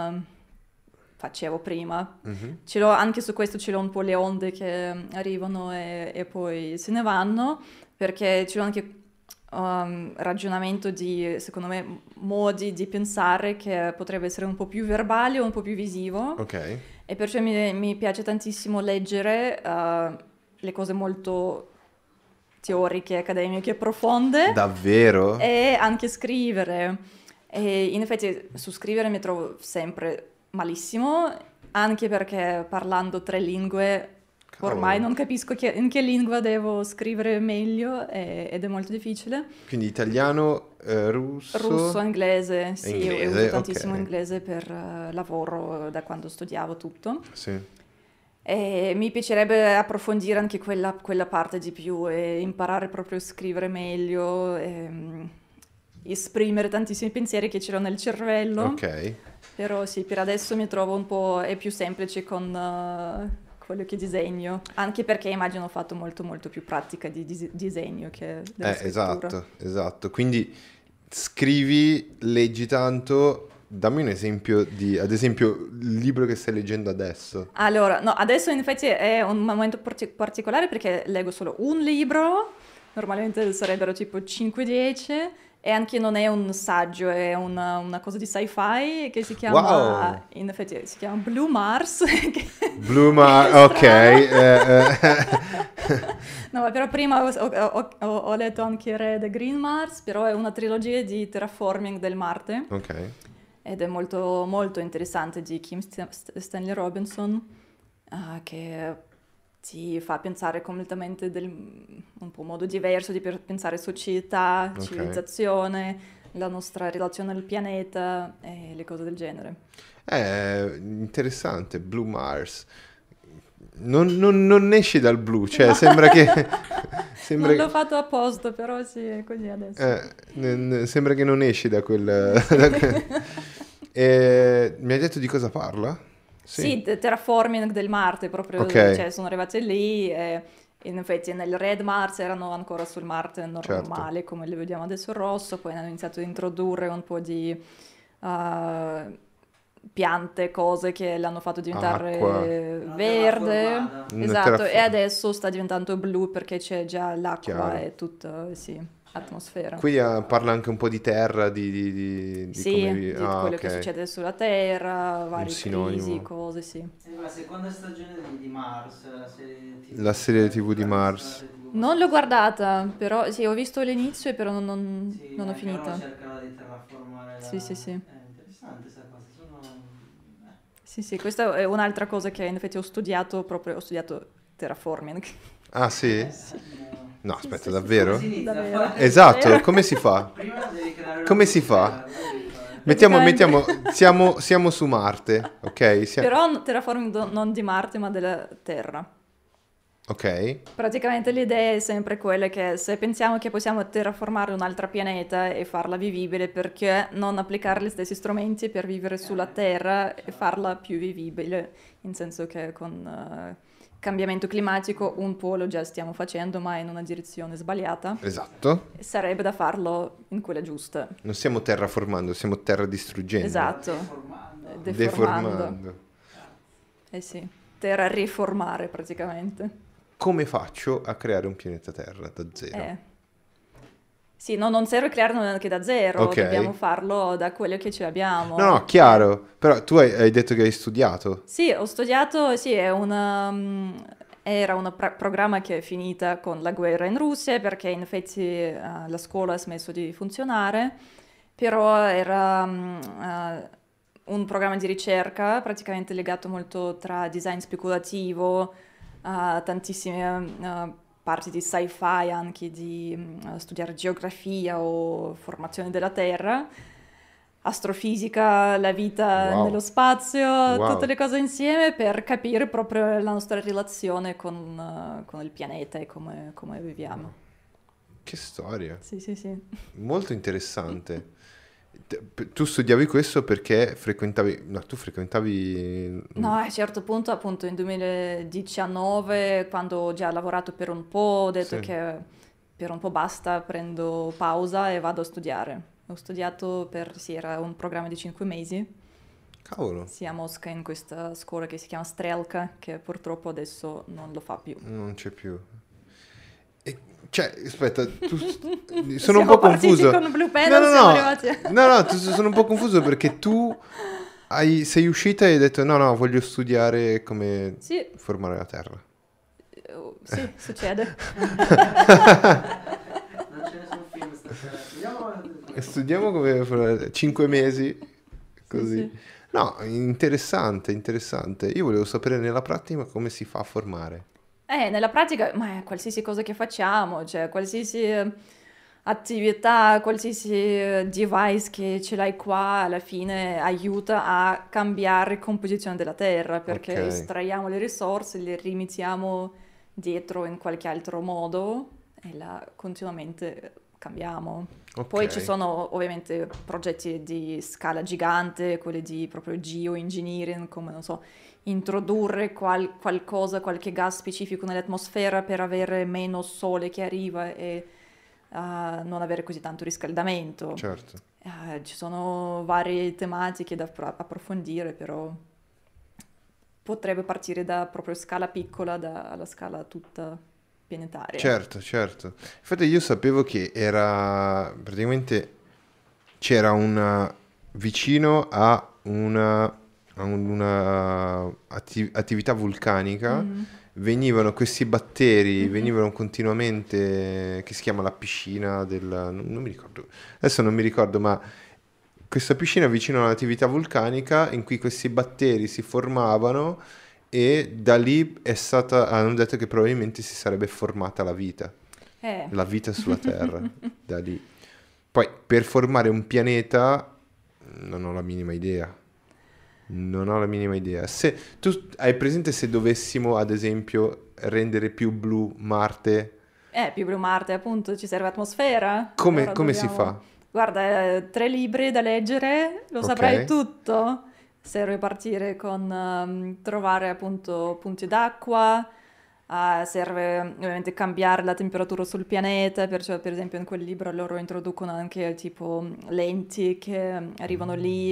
Speaker 3: facevo prima.
Speaker 1: Mhm.
Speaker 3: Anche su questo ce l'ho un po' le onde che arrivano e poi se ne vanno, perché ce l'ho anche ragionamento di, secondo me, modi di pensare che potrebbe essere un po' più verbale o un po' più visivo.
Speaker 1: Ok.
Speaker 3: E perciò mi piace tantissimo leggere le cose molto teoriche, accademiche, profonde
Speaker 1: Davvero?
Speaker 3: e anche scrivere. E in effetti su scrivere mi trovo sempre malissimo, anche perché parlando 3 lingue ormai
Speaker 1: Cavolo.
Speaker 3: non capisco in che lingua devo scrivere meglio ed è molto difficile.
Speaker 1: Quindi italiano, russo
Speaker 3: Russo, inglese,
Speaker 1: e
Speaker 3: sì, e
Speaker 1: inglese,
Speaker 3: uso tantissimo
Speaker 1: ok.
Speaker 3: inglese per lavoro da quando studiavo tutto.
Speaker 1: Sì.
Speaker 3: E mi piacerebbe approfondire anche quella parte di più e imparare proprio a scrivere meglio, esprimere tantissimi pensieri che ce l'ho nel cervello.
Speaker 1: Ok.
Speaker 3: Però sì, per adesso mi trovo un po', è più semplice con quello che disegno, anche perché immagino ho fatto molto molto più pratica di disegno che della scrittura.
Speaker 1: Esatto. Quindi scrivi, leggi tanto. Dammi un esempio ad esempio, il libro che stai leggendo adesso.
Speaker 3: Allora, no, adesso in effetti è un momento particolare perché leggo solo un libro, normalmente sarebbero tipo 5-10, e anche non è un saggio, è una cosa di sci-fi che si chiama,
Speaker 1: Wow!
Speaker 3: in effetti si chiama Blue Mars, che
Speaker 1: Ok.
Speaker 3: strano. No, però prima ho letto anche Red e Green Mars, però è una trilogia di terraforming del Marte.
Speaker 1: Ok.
Speaker 3: Ed è molto, molto interessante di Kim Stanley Robinson, che ti fa pensare completamente un po' modo diverso di pensare società,
Speaker 1: Ok.
Speaker 3: civilizzazione, la nostra relazione al pianeta e le cose del genere.
Speaker 1: Interessante, Blue Mars. Non esce dal blu, cioè sembra che... sembra
Speaker 3: Non l'ho fatto apposta, però sì, è così adesso.
Speaker 1: sembra che non esci da quel... mi hai detto di cosa parla?
Speaker 3: Sì, terraforming del Marte, proprio,
Speaker 1: Ok,
Speaker 3: cioè sono arrivate lì e in effetti nel Red Mars erano ancora sul Marte normale, come le vediamo adesso rosso, poi hanno iniziato ad introdurre un po' di piante, cose che l'hanno fatto diventare
Speaker 1: Acqua.
Speaker 2: Una
Speaker 3: verde.
Speaker 2: terraformata.
Speaker 1: Una
Speaker 3: Esatto, e
Speaker 1: terraform-
Speaker 3: adesso sta diventando blu perché c'è già l'acqua
Speaker 1: Chiaro.
Speaker 3: e tutta, sì, atmosfera.
Speaker 1: Quindi parla anche un po' di terra, di
Speaker 3: Sì,
Speaker 1: come
Speaker 3: di quello che
Speaker 1: ok.
Speaker 3: succede sulla Terra,
Speaker 1: Un
Speaker 3: varie crisi,
Speaker 1: sinonimo.
Speaker 3: cose, sì.
Speaker 2: La seconda stagione di Mars, la serie TV.
Speaker 1: La serie TV di Mars.
Speaker 2: La serie TV
Speaker 3: Non l'ho guardata, però sì, ho visto l'inizio, però
Speaker 2: Sì,
Speaker 3: non ho
Speaker 2: anche loro
Speaker 3: finita.
Speaker 2: cercano di terraformare
Speaker 3: Sì, sì, sì.
Speaker 2: interessante questa cosa.
Speaker 3: Sì, sì, questa è un'altra cosa che in effetti ho studiato terraforming.
Speaker 1: Ah sì?
Speaker 2: Sì.
Speaker 1: No,
Speaker 3: Sì,
Speaker 1: aspetta,
Speaker 3: sì, sì,
Speaker 1: davvero?
Speaker 2: Come si inizia a
Speaker 3: Davvero.
Speaker 2: fare?
Speaker 1: Esatto,
Speaker 3: Davvero.
Speaker 1: come si fa?
Speaker 2: Prima devi creare una
Speaker 1: Come si fa?
Speaker 2: atmosfera, devi fare.
Speaker 1: Mettiamo,
Speaker 3: Praticamente.
Speaker 1: siamo su Marte, ok?
Speaker 3: Però terraforming non di Marte, ma della Terra.
Speaker 1: Ok,
Speaker 3: Praticamente l'idea è sempre quella che se pensiamo che possiamo terraformare un altro pianeta e farla vivibile, perché non applicare gli stessi strumenti per vivere sulla Terra e farla più vivibile? In senso che con cambiamento climatico un po' lo già stiamo facendo, ma in una direzione sbagliata.
Speaker 1: esatto.
Speaker 3: Sarebbe da farlo in quella giusta.
Speaker 1: Non stiamo terraformando, stiamo terradistruggendo.
Speaker 3: Esatto.
Speaker 2: Deformando.
Speaker 3: Deformando. Eh sì, terra riformare praticamente.
Speaker 1: Come faccio a creare un pianeta Terra da zero?
Speaker 3: Sì, non serve crearlo neanche da zero,
Speaker 1: Ok.
Speaker 3: dobbiamo farlo da quello che ce abbiamo.
Speaker 1: No, chiaro, però tu hai detto che hai studiato.
Speaker 3: Sì, ho studiato, sì, era un programma che è finita con la guerra in Russia perché in effetti la scuola ha smesso di funzionare, però era un programma di ricerca praticamente legato molto tra design speculativo, tantissime parti di sci-fi anche di studiare geografia o formazione della Terra, astrofisica, la vita
Speaker 1: Wow.
Speaker 3: nello spazio,
Speaker 1: Wow.
Speaker 3: tutte le cose insieme per capire proprio la nostra relazione con il pianeta e come viviamo.
Speaker 1: Che storia,
Speaker 3: Sì, sì, sì.
Speaker 1: molto interessante. Tu studiavi questo perché frequentavi... No, tu frequentavi...
Speaker 3: No, a un certo punto, appunto, in 2019, quando ho già lavorato per un po', ho detto
Speaker 1: Sì.
Speaker 3: che per un po' basta, prendo pausa e vado a studiare. Ho studiato sì, era un programma di 5 mesi,
Speaker 1: Cavolo,
Speaker 3: sia a Mosca in questa scuola che si chiama Strelka, che purtroppo adesso non lo fa più.
Speaker 1: non c'è più. Cioè, aspetta, sono
Speaker 3: Siamo
Speaker 1: un po'
Speaker 3: partiti
Speaker 1: confuso.
Speaker 3: con Blue Pen,
Speaker 1: No, no,
Speaker 3: siamo
Speaker 1: no,
Speaker 3: arrivati
Speaker 1: sono un po' confuso perché tu sei uscita e hai detto no, no, voglio studiare come
Speaker 3: Sì,
Speaker 1: formare la Terra.
Speaker 3: sì, succede.
Speaker 2: Non ce ne sono film stasera.
Speaker 1: Studiamo come formare 5 mesi, così.
Speaker 3: Sì.
Speaker 1: No, interessante, interessante. Io volevo sapere nella pratica come si fa a formare.
Speaker 3: Nella pratica, ma è qualsiasi cosa che facciamo, cioè qualsiasi attività, qualsiasi device che ce l'hai qua, alla fine aiuta a cambiare composizione della terra, perché
Speaker 1: Ok.
Speaker 3: estraiamo le risorse, le rimettiamo dietro in qualche altro modo e la continuamente cambiamo. Poi ci
Speaker 1: Ok.
Speaker 3: sono ovviamente progetti di scala gigante, quelli di proprio geoengineering, come non so, introdurre qualcosa, qualche gas specifico nell'atmosfera per avere meno sole che arriva e non avere così tanto riscaldamento.
Speaker 1: Certo.
Speaker 3: Ci sono varie tematiche da approfondire, però potrebbe partire da proprio scala piccola alla scala tutta pianetaria.
Speaker 1: Certo, certo. Infatti io sapevo che era praticamente c'era una vicino a una attività vulcanica,
Speaker 3: Mm.
Speaker 1: venivano questi batteri,
Speaker 3: Mhm.
Speaker 1: venivano continuamente, che si chiama la piscina non mi ricordo, adesso non mi ricordo, ma questa piscina vicino all'attività vulcanica in cui questi batteri si formavano e da lì hanno detto che probabilmente si sarebbe formata
Speaker 3: Eh.
Speaker 1: la vita sulla Terra, da lì. Poi per formare un pianeta non ho la minima idea. Non ho la minima idea. Se tu hai presente se dovessimo, ad esempio, rendere più blu Marte,
Speaker 3: Più blu Marte, appunto, ci serve atmosfera.
Speaker 1: come,
Speaker 3: Allora
Speaker 1: come si
Speaker 3: dobbiamo...
Speaker 1: fa?
Speaker 3: Guarda, 3 libri da leggere, lo
Speaker 1: Ok.
Speaker 3: saprai tutto. Serve partire con trovare appunto punti d'acqua, serve ovviamente cambiare la temperatura sul pianeta, perciò per esempio in quel libro loro introducono anche tipo lenti che arrivano lì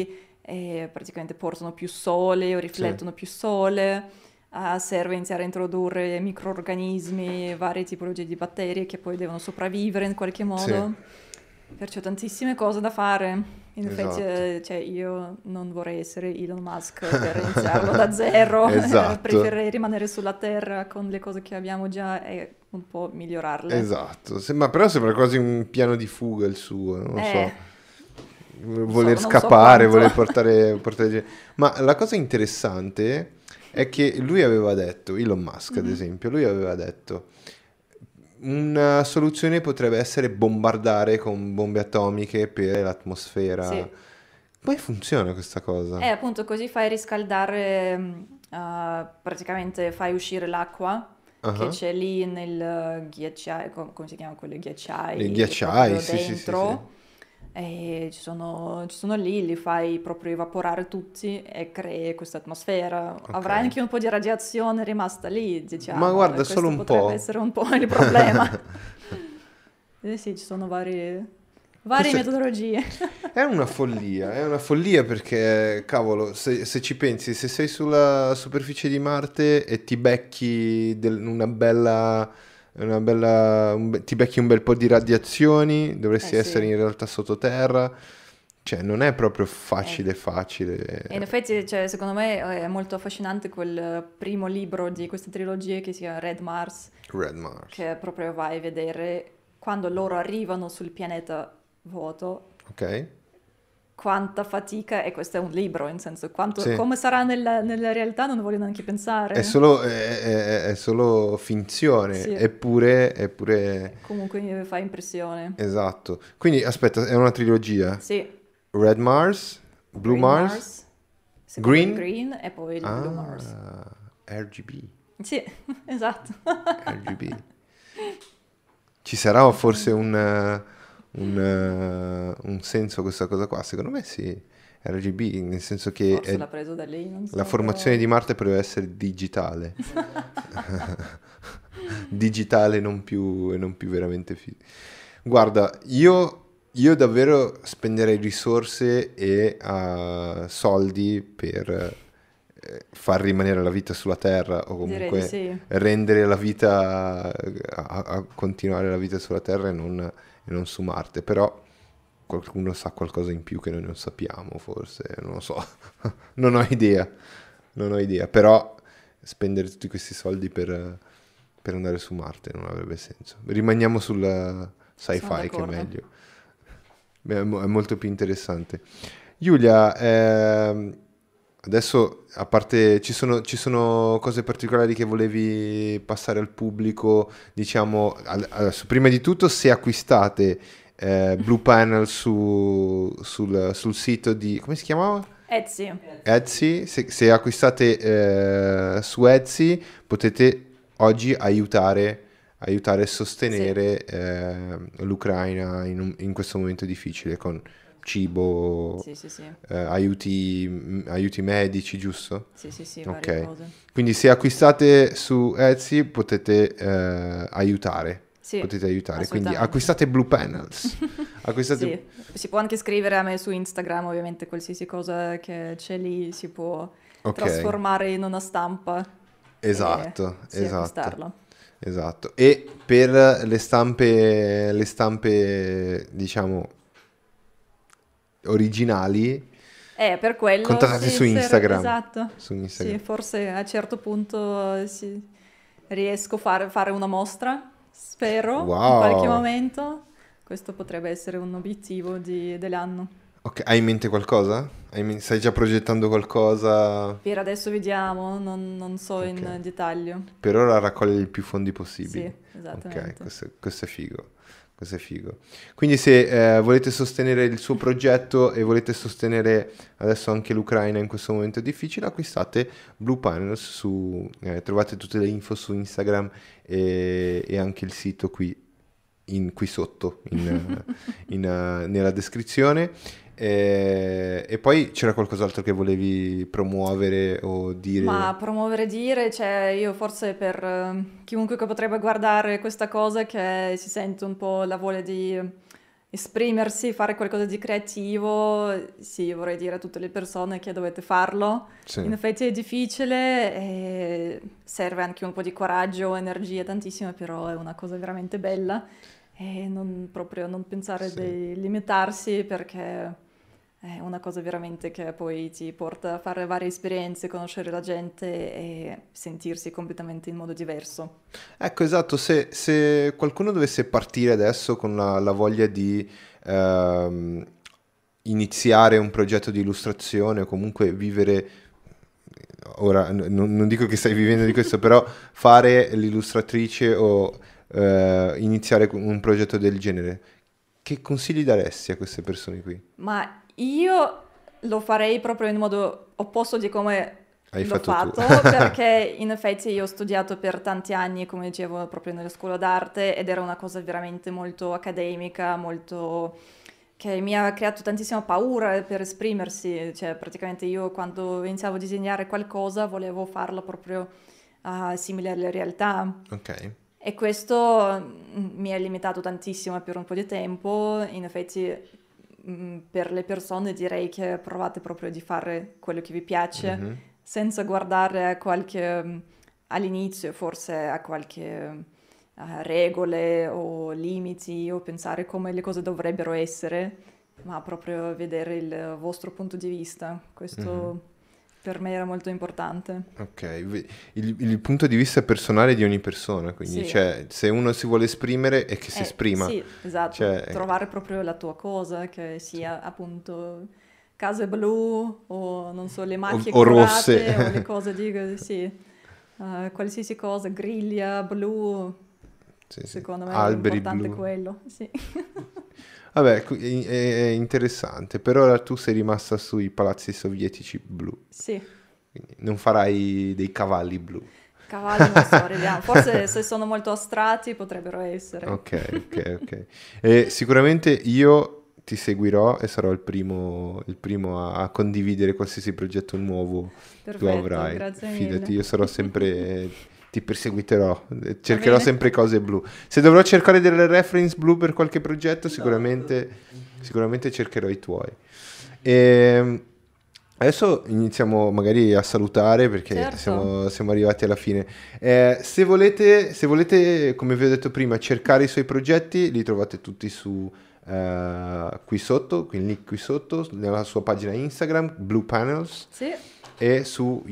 Speaker 3: e praticamente portano più sole o
Speaker 1: Sì,
Speaker 3: riflettono più sole. Serve iniziare a introdurre microrganismi, varie tipologie di batteri che poi devono sopravvivere in qualche
Speaker 1: sì,
Speaker 3: modo. Perciò tantissime cose da fare. In effetti,
Speaker 1: esatto.
Speaker 3: cioè, io non vorrei essere Elon Musk per iniziarlo da zero,
Speaker 1: Esatto,
Speaker 3: preferirei rimanere sulla Terra con le cose che abbiamo già e un po' migliorarle.
Speaker 1: esatto. Però sembra quasi un piano di fuga il suo, non lo
Speaker 3: Eh,
Speaker 1: so. Voler
Speaker 3: non so
Speaker 1: scappare,
Speaker 3: quanto.
Speaker 1: voler portare gente. Ma la cosa interessante è che lui aveva detto, Elon Musk ad
Speaker 3: Mhm.
Speaker 1: esempio, lui aveva detto una soluzione potrebbe essere bombardare con bombe atomiche per l'atmosfera.
Speaker 3: Sì.
Speaker 1: Poi funziona questa cosa.
Speaker 3: Appunto così fai riscaldare, praticamente fai uscire l'acqua che
Speaker 1: Ah,
Speaker 3: c'è lì nel ghiacciaio, come si chiama quelli
Speaker 1: i
Speaker 3: ghiacciai
Speaker 1: ghiacciai,
Speaker 3: proprio
Speaker 1: sì, sì, sì, sì.
Speaker 3: dentro, e ci sono lì, li fai proprio evaporare tutti e crei questa atmosfera.
Speaker 1: Ok.
Speaker 3: Avrai anche un po' di radiazione rimasta lì,
Speaker 1: Ma
Speaker 3: diciamo, e
Speaker 1: guarda, solo
Speaker 3: questo
Speaker 1: un
Speaker 3: potrebbe
Speaker 1: po'.
Speaker 3: essere un po' il problema. Sì, ci sono varie
Speaker 1: Questo è,
Speaker 3: metodologie.
Speaker 1: è una follia perché, cavolo, se ci pensi, se sei sulla superficie di Marte e ti becchi ti becchi un bel po' di radiazioni,
Speaker 3: Eh
Speaker 1: dovresti essere
Speaker 3: sì.
Speaker 1: in realtà sottoterra, cioè non è proprio
Speaker 3: Eh,
Speaker 1: facile
Speaker 3: E in
Speaker 1: facile.
Speaker 3: effetti, cioè, secondo me è molto affascinante quel primo libro di questa trilogia che si chiama Red Mars,
Speaker 1: Red Mars,
Speaker 3: che proprio vai a vedere quando loro arrivano sul pianeta vuoto,
Speaker 1: ok?
Speaker 3: quanta fatica, e questo è un libro, in senso,
Speaker 1: Sì.
Speaker 3: come sarà nella realtà non voglio neanche pensare.
Speaker 1: È solo finzione,
Speaker 3: Sì,
Speaker 1: eppure,
Speaker 3: comunque mi fa impressione.
Speaker 1: esatto. Quindi aspetta, è una trilogia.
Speaker 3: Sì,
Speaker 1: Red Mars, Blue
Speaker 3: Green
Speaker 1: Mars,
Speaker 3: Mars, secondo il
Speaker 1: Green?
Speaker 3: Green e poi il Blue Mars.
Speaker 1: Ah, RGB,
Speaker 3: Sì, esatto.
Speaker 1: RGB. Ci sarà forse
Speaker 3: Esattamente.
Speaker 1: un senso a questa cosa qua? Secondo me sì, RGB, nel senso che
Speaker 3: Forse l'ha preso da lei, non
Speaker 1: la
Speaker 3: so,
Speaker 1: formazione
Speaker 3: però...
Speaker 1: di Marte potrebbe essere digitale.
Speaker 2: Esatto.
Speaker 1: Digitale e non più veramente fisica. Guarda, io davvero spenderei risorse e soldi per far rimanere la vita sulla Terra o
Speaker 3: Direi di
Speaker 1: comunque
Speaker 3: sì.
Speaker 1: rendere la vita, a continuare la vita sulla Terra e non su Marte. Però qualcuno sa qualcosa in più che noi non sappiamo, forse, non lo so. Non ho idea, non ho idea. Però spendere tutti questi soldi per andare su Marte non avrebbe senso. Rimaniamo sul
Speaker 3: Sono
Speaker 1: sci-fi che è
Speaker 3: d'accordo.
Speaker 1: meglio. Beh, è molto più interessante. Giulia, adesso a parte ci sono cose particolari che volevi passare al pubblico, diciamo, adesso, prima di tutto se acquistate Blue Panel sul sito di, come si chiamava?
Speaker 3: Etsy.
Speaker 1: Etsy, se acquistate su Etsy potete oggi aiutare e
Speaker 3: Sì,
Speaker 1: sostenere l'Ucraina in questo momento difficile con cibo,
Speaker 3: sì, sì, sì.
Speaker 1: aiuti medici, giusto?
Speaker 3: Sì, sì, sì, varie
Speaker 1: Ok.
Speaker 3: cose.
Speaker 1: Quindi se acquistate su Etsy potete
Speaker 3: Sì,
Speaker 1: potete aiutare. Quindi
Speaker 3: assolutamente.
Speaker 1: acquistate Blue Panels. Acquistate...
Speaker 3: Sì, si può anche scrivere a me su Instagram, ovviamente qualsiasi cosa che c'è lì si può
Speaker 1: Ok.
Speaker 3: trasformare in una stampa e
Speaker 1: Esatto,
Speaker 3: sì,
Speaker 1: esatto,
Speaker 3: acquistarlo.
Speaker 1: esatto. E per le stampe, diciamo, originali,
Speaker 3: Per quello
Speaker 1: contattate
Speaker 3: sì,
Speaker 1: su Instagram.
Speaker 3: esatto.
Speaker 1: Su
Speaker 3: Sì,
Speaker 1: Instagram.
Speaker 3: forse a un certo punto riesco a fare una mostra, spero, in qualche
Speaker 1: Wow.
Speaker 3: momento. Questo potrebbe essere un obiettivo dell'anno.
Speaker 1: Ok, hai in mente qualcosa? Stai già progettando qualcosa?
Speaker 3: Per adesso vediamo, non so
Speaker 1: Ok.
Speaker 3: in dettaglio.
Speaker 1: Per ora raccoglie il più fondi
Speaker 3: Sì,
Speaker 1: possibili. Ok,
Speaker 3: esattamente.
Speaker 1: questo è figo. Questo è figo. Quindi se volete sostenere il suo progetto e volete sostenere adesso anche l'Ucraina in questo momento difficile, acquistate Blue Panels trovate tutte le info su Instagram e anche il sito qui sotto nella descrizione. E poi c'era qualcos'altro che volevi promuovere o
Speaker 3: Ma
Speaker 1: dire?
Speaker 3: promuovere dire, cioè io forse per chiunque che potrebbe guardare questa cosa che si sente un po' la voglia di esprimersi, fare qualcosa di creativo, sì, vorrei dire a tutte le persone che dovete farlo.
Speaker 1: Sì.
Speaker 3: In effetti è difficile e serve anche un po' di coraggio, energia tantissima, però è una cosa veramente bella e non pensare
Speaker 1: Sì.
Speaker 3: di limitarsi perché è una cosa veramente che poi ti porta a fare varie esperienze, conoscere la gente e sentirsi completamente in modo diverso.
Speaker 1: Ecco, esatto, se qualcuno dovesse partire adesso con la voglia di ehm, iniziare un progetto di illustrazione o comunque vivere, ora non dico che stai vivendo di questo, però fare l'illustratrice o iniziare con un progetto del genere, che consigli daresti a queste persone qui?
Speaker 3: Ma io lo farei proprio in modo opposto di come
Speaker 1: Hai
Speaker 3: l'ho
Speaker 1: fatto tu.
Speaker 3: fatto, perché in effetti io ho studiato per tanti anni, come dicevo, proprio nella scuola d'arte ed era una cosa veramente molto accademica, molto che mi ha creato tantissima paura per esprimersi, cioè praticamente io quando iniziavo a disegnare qualcosa volevo farlo proprio simile alla realtà.
Speaker 1: Ok.
Speaker 3: E questo mi ha limitato tantissimo per un po' di tempo. In effetti, per le persone direi che provate proprio di fare quello che vi piace,
Speaker 1: Mhm.
Speaker 3: senza guardare a qualche, all'inizio forse a qualche regole o limiti o pensare come le cose dovrebbero essere, ma proprio vedere il vostro punto di vista. Questo per me era molto importante.
Speaker 1: Ok, il punto di vista personale di ogni persona, quindi
Speaker 3: Sì.
Speaker 1: cioè se uno si vuole esprimere è che si esprima.
Speaker 3: Sì, esatto,
Speaker 1: Cioè,
Speaker 3: trovare proprio la tua cosa, che sia appunto case blu o non so, le macchie
Speaker 1: o
Speaker 3: colorate
Speaker 1: rosse.
Speaker 3: o le cose di, sì, qualsiasi cosa, griglia blu,
Speaker 1: Sì, sì.
Speaker 3: secondo me è
Speaker 1: Alberi
Speaker 3: importante
Speaker 1: blu.
Speaker 3: quello, sì.
Speaker 1: Vabbè, è interessante. Per ora tu sei rimasta sui palazzi sovietici blu,
Speaker 3: Sì,
Speaker 1: quindi non farai dei cavalli blu.
Speaker 3: cavalli non so, vediamo, forse se sono molto astratti potrebbero essere.
Speaker 1: Ok. E sicuramente io ti seguirò e sarò il primo a condividere qualsiasi progetto nuovo tu
Speaker 3: Perfetto,
Speaker 1: avrai.
Speaker 3: grazie
Speaker 1: Fidati,
Speaker 3: mille.
Speaker 1: io sarò sempre, ti perseguiterò, cercherò
Speaker 3: bene?
Speaker 1: sempre cose blu. Se dovrò cercare delle reference blu per qualche progetto, sicuramente cercherò i tuoi. E adesso iniziamo magari a salutare perché
Speaker 3: Certo.
Speaker 1: siamo arrivati alla fine. Se volete, come vi ho detto prima, cercare i suoi progetti, li trovate tutti su qui sotto, il link qui sotto, nella sua pagina Instagram, Blue Panels,
Speaker 3: Sì,
Speaker 1: e su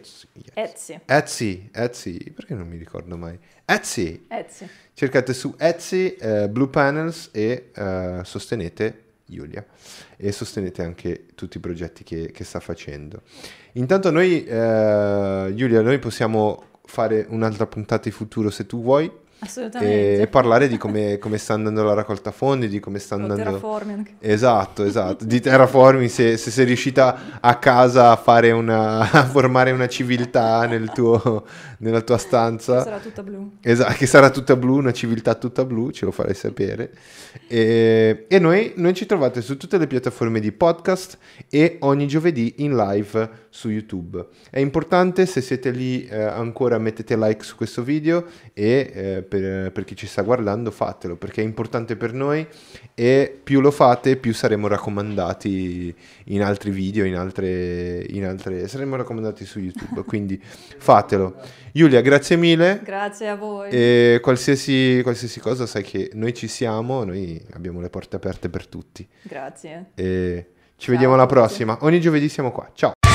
Speaker 3: Etsy,
Speaker 1: Etsy, perché non mi ricordo mai? Etsy,
Speaker 3: Etsy.
Speaker 1: cercate su Etsy Blue Panels e sostenete Giulia e sostenete anche tutti i progetti che sta facendo. Intanto noi, Giulia, noi possiamo fare un'altra puntata in futuro se tu vuoi e
Speaker 3: Assolutamente.
Speaker 1: parlare di come sta andando la raccolta fondi, di come sta
Speaker 3: O
Speaker 1: andando...
Speaker 3: terraforming.
Speaker 1: Esatto, di terraforming, se sei riuscita a casa a fare a formare una civiltà nella tua
Speaker 3: Che
Speaker 1: stanza.
Speaker 3: sarà tutta blu.
Speaker 1: Esatto, che sarà tutta blu, una civiltà tutta blu, ce lo farai sapere. E noi ci trovate su tutte le piattaforme di podcast e ogni giovedì in live su YouTube. È importante, se siete lì ancora, mettete like su questo video e per chi ci sta guardando fatelo, perché è importante per noi e più lo fate più saremo raccomandati in altri video, saremo raccomandati su YouTube, quindi fatelo. Giulia, grazie mille.
Speaker 3: Grazie a voi.
Speaker 1: E qualsiasi cosa, sai che noi ci siamo, noi abbiamo le porte aperte per tutti.
Speaker 3: Grazie.
Speaker 1: E ci
Speaker 3: Ciao
Speaker 1: vediamo
Speaker 3: a
Speaker 1: alla
Speaker 3: tutti.
Speaker 1: prossima. Ogni giovedì siamo qua. Ciao.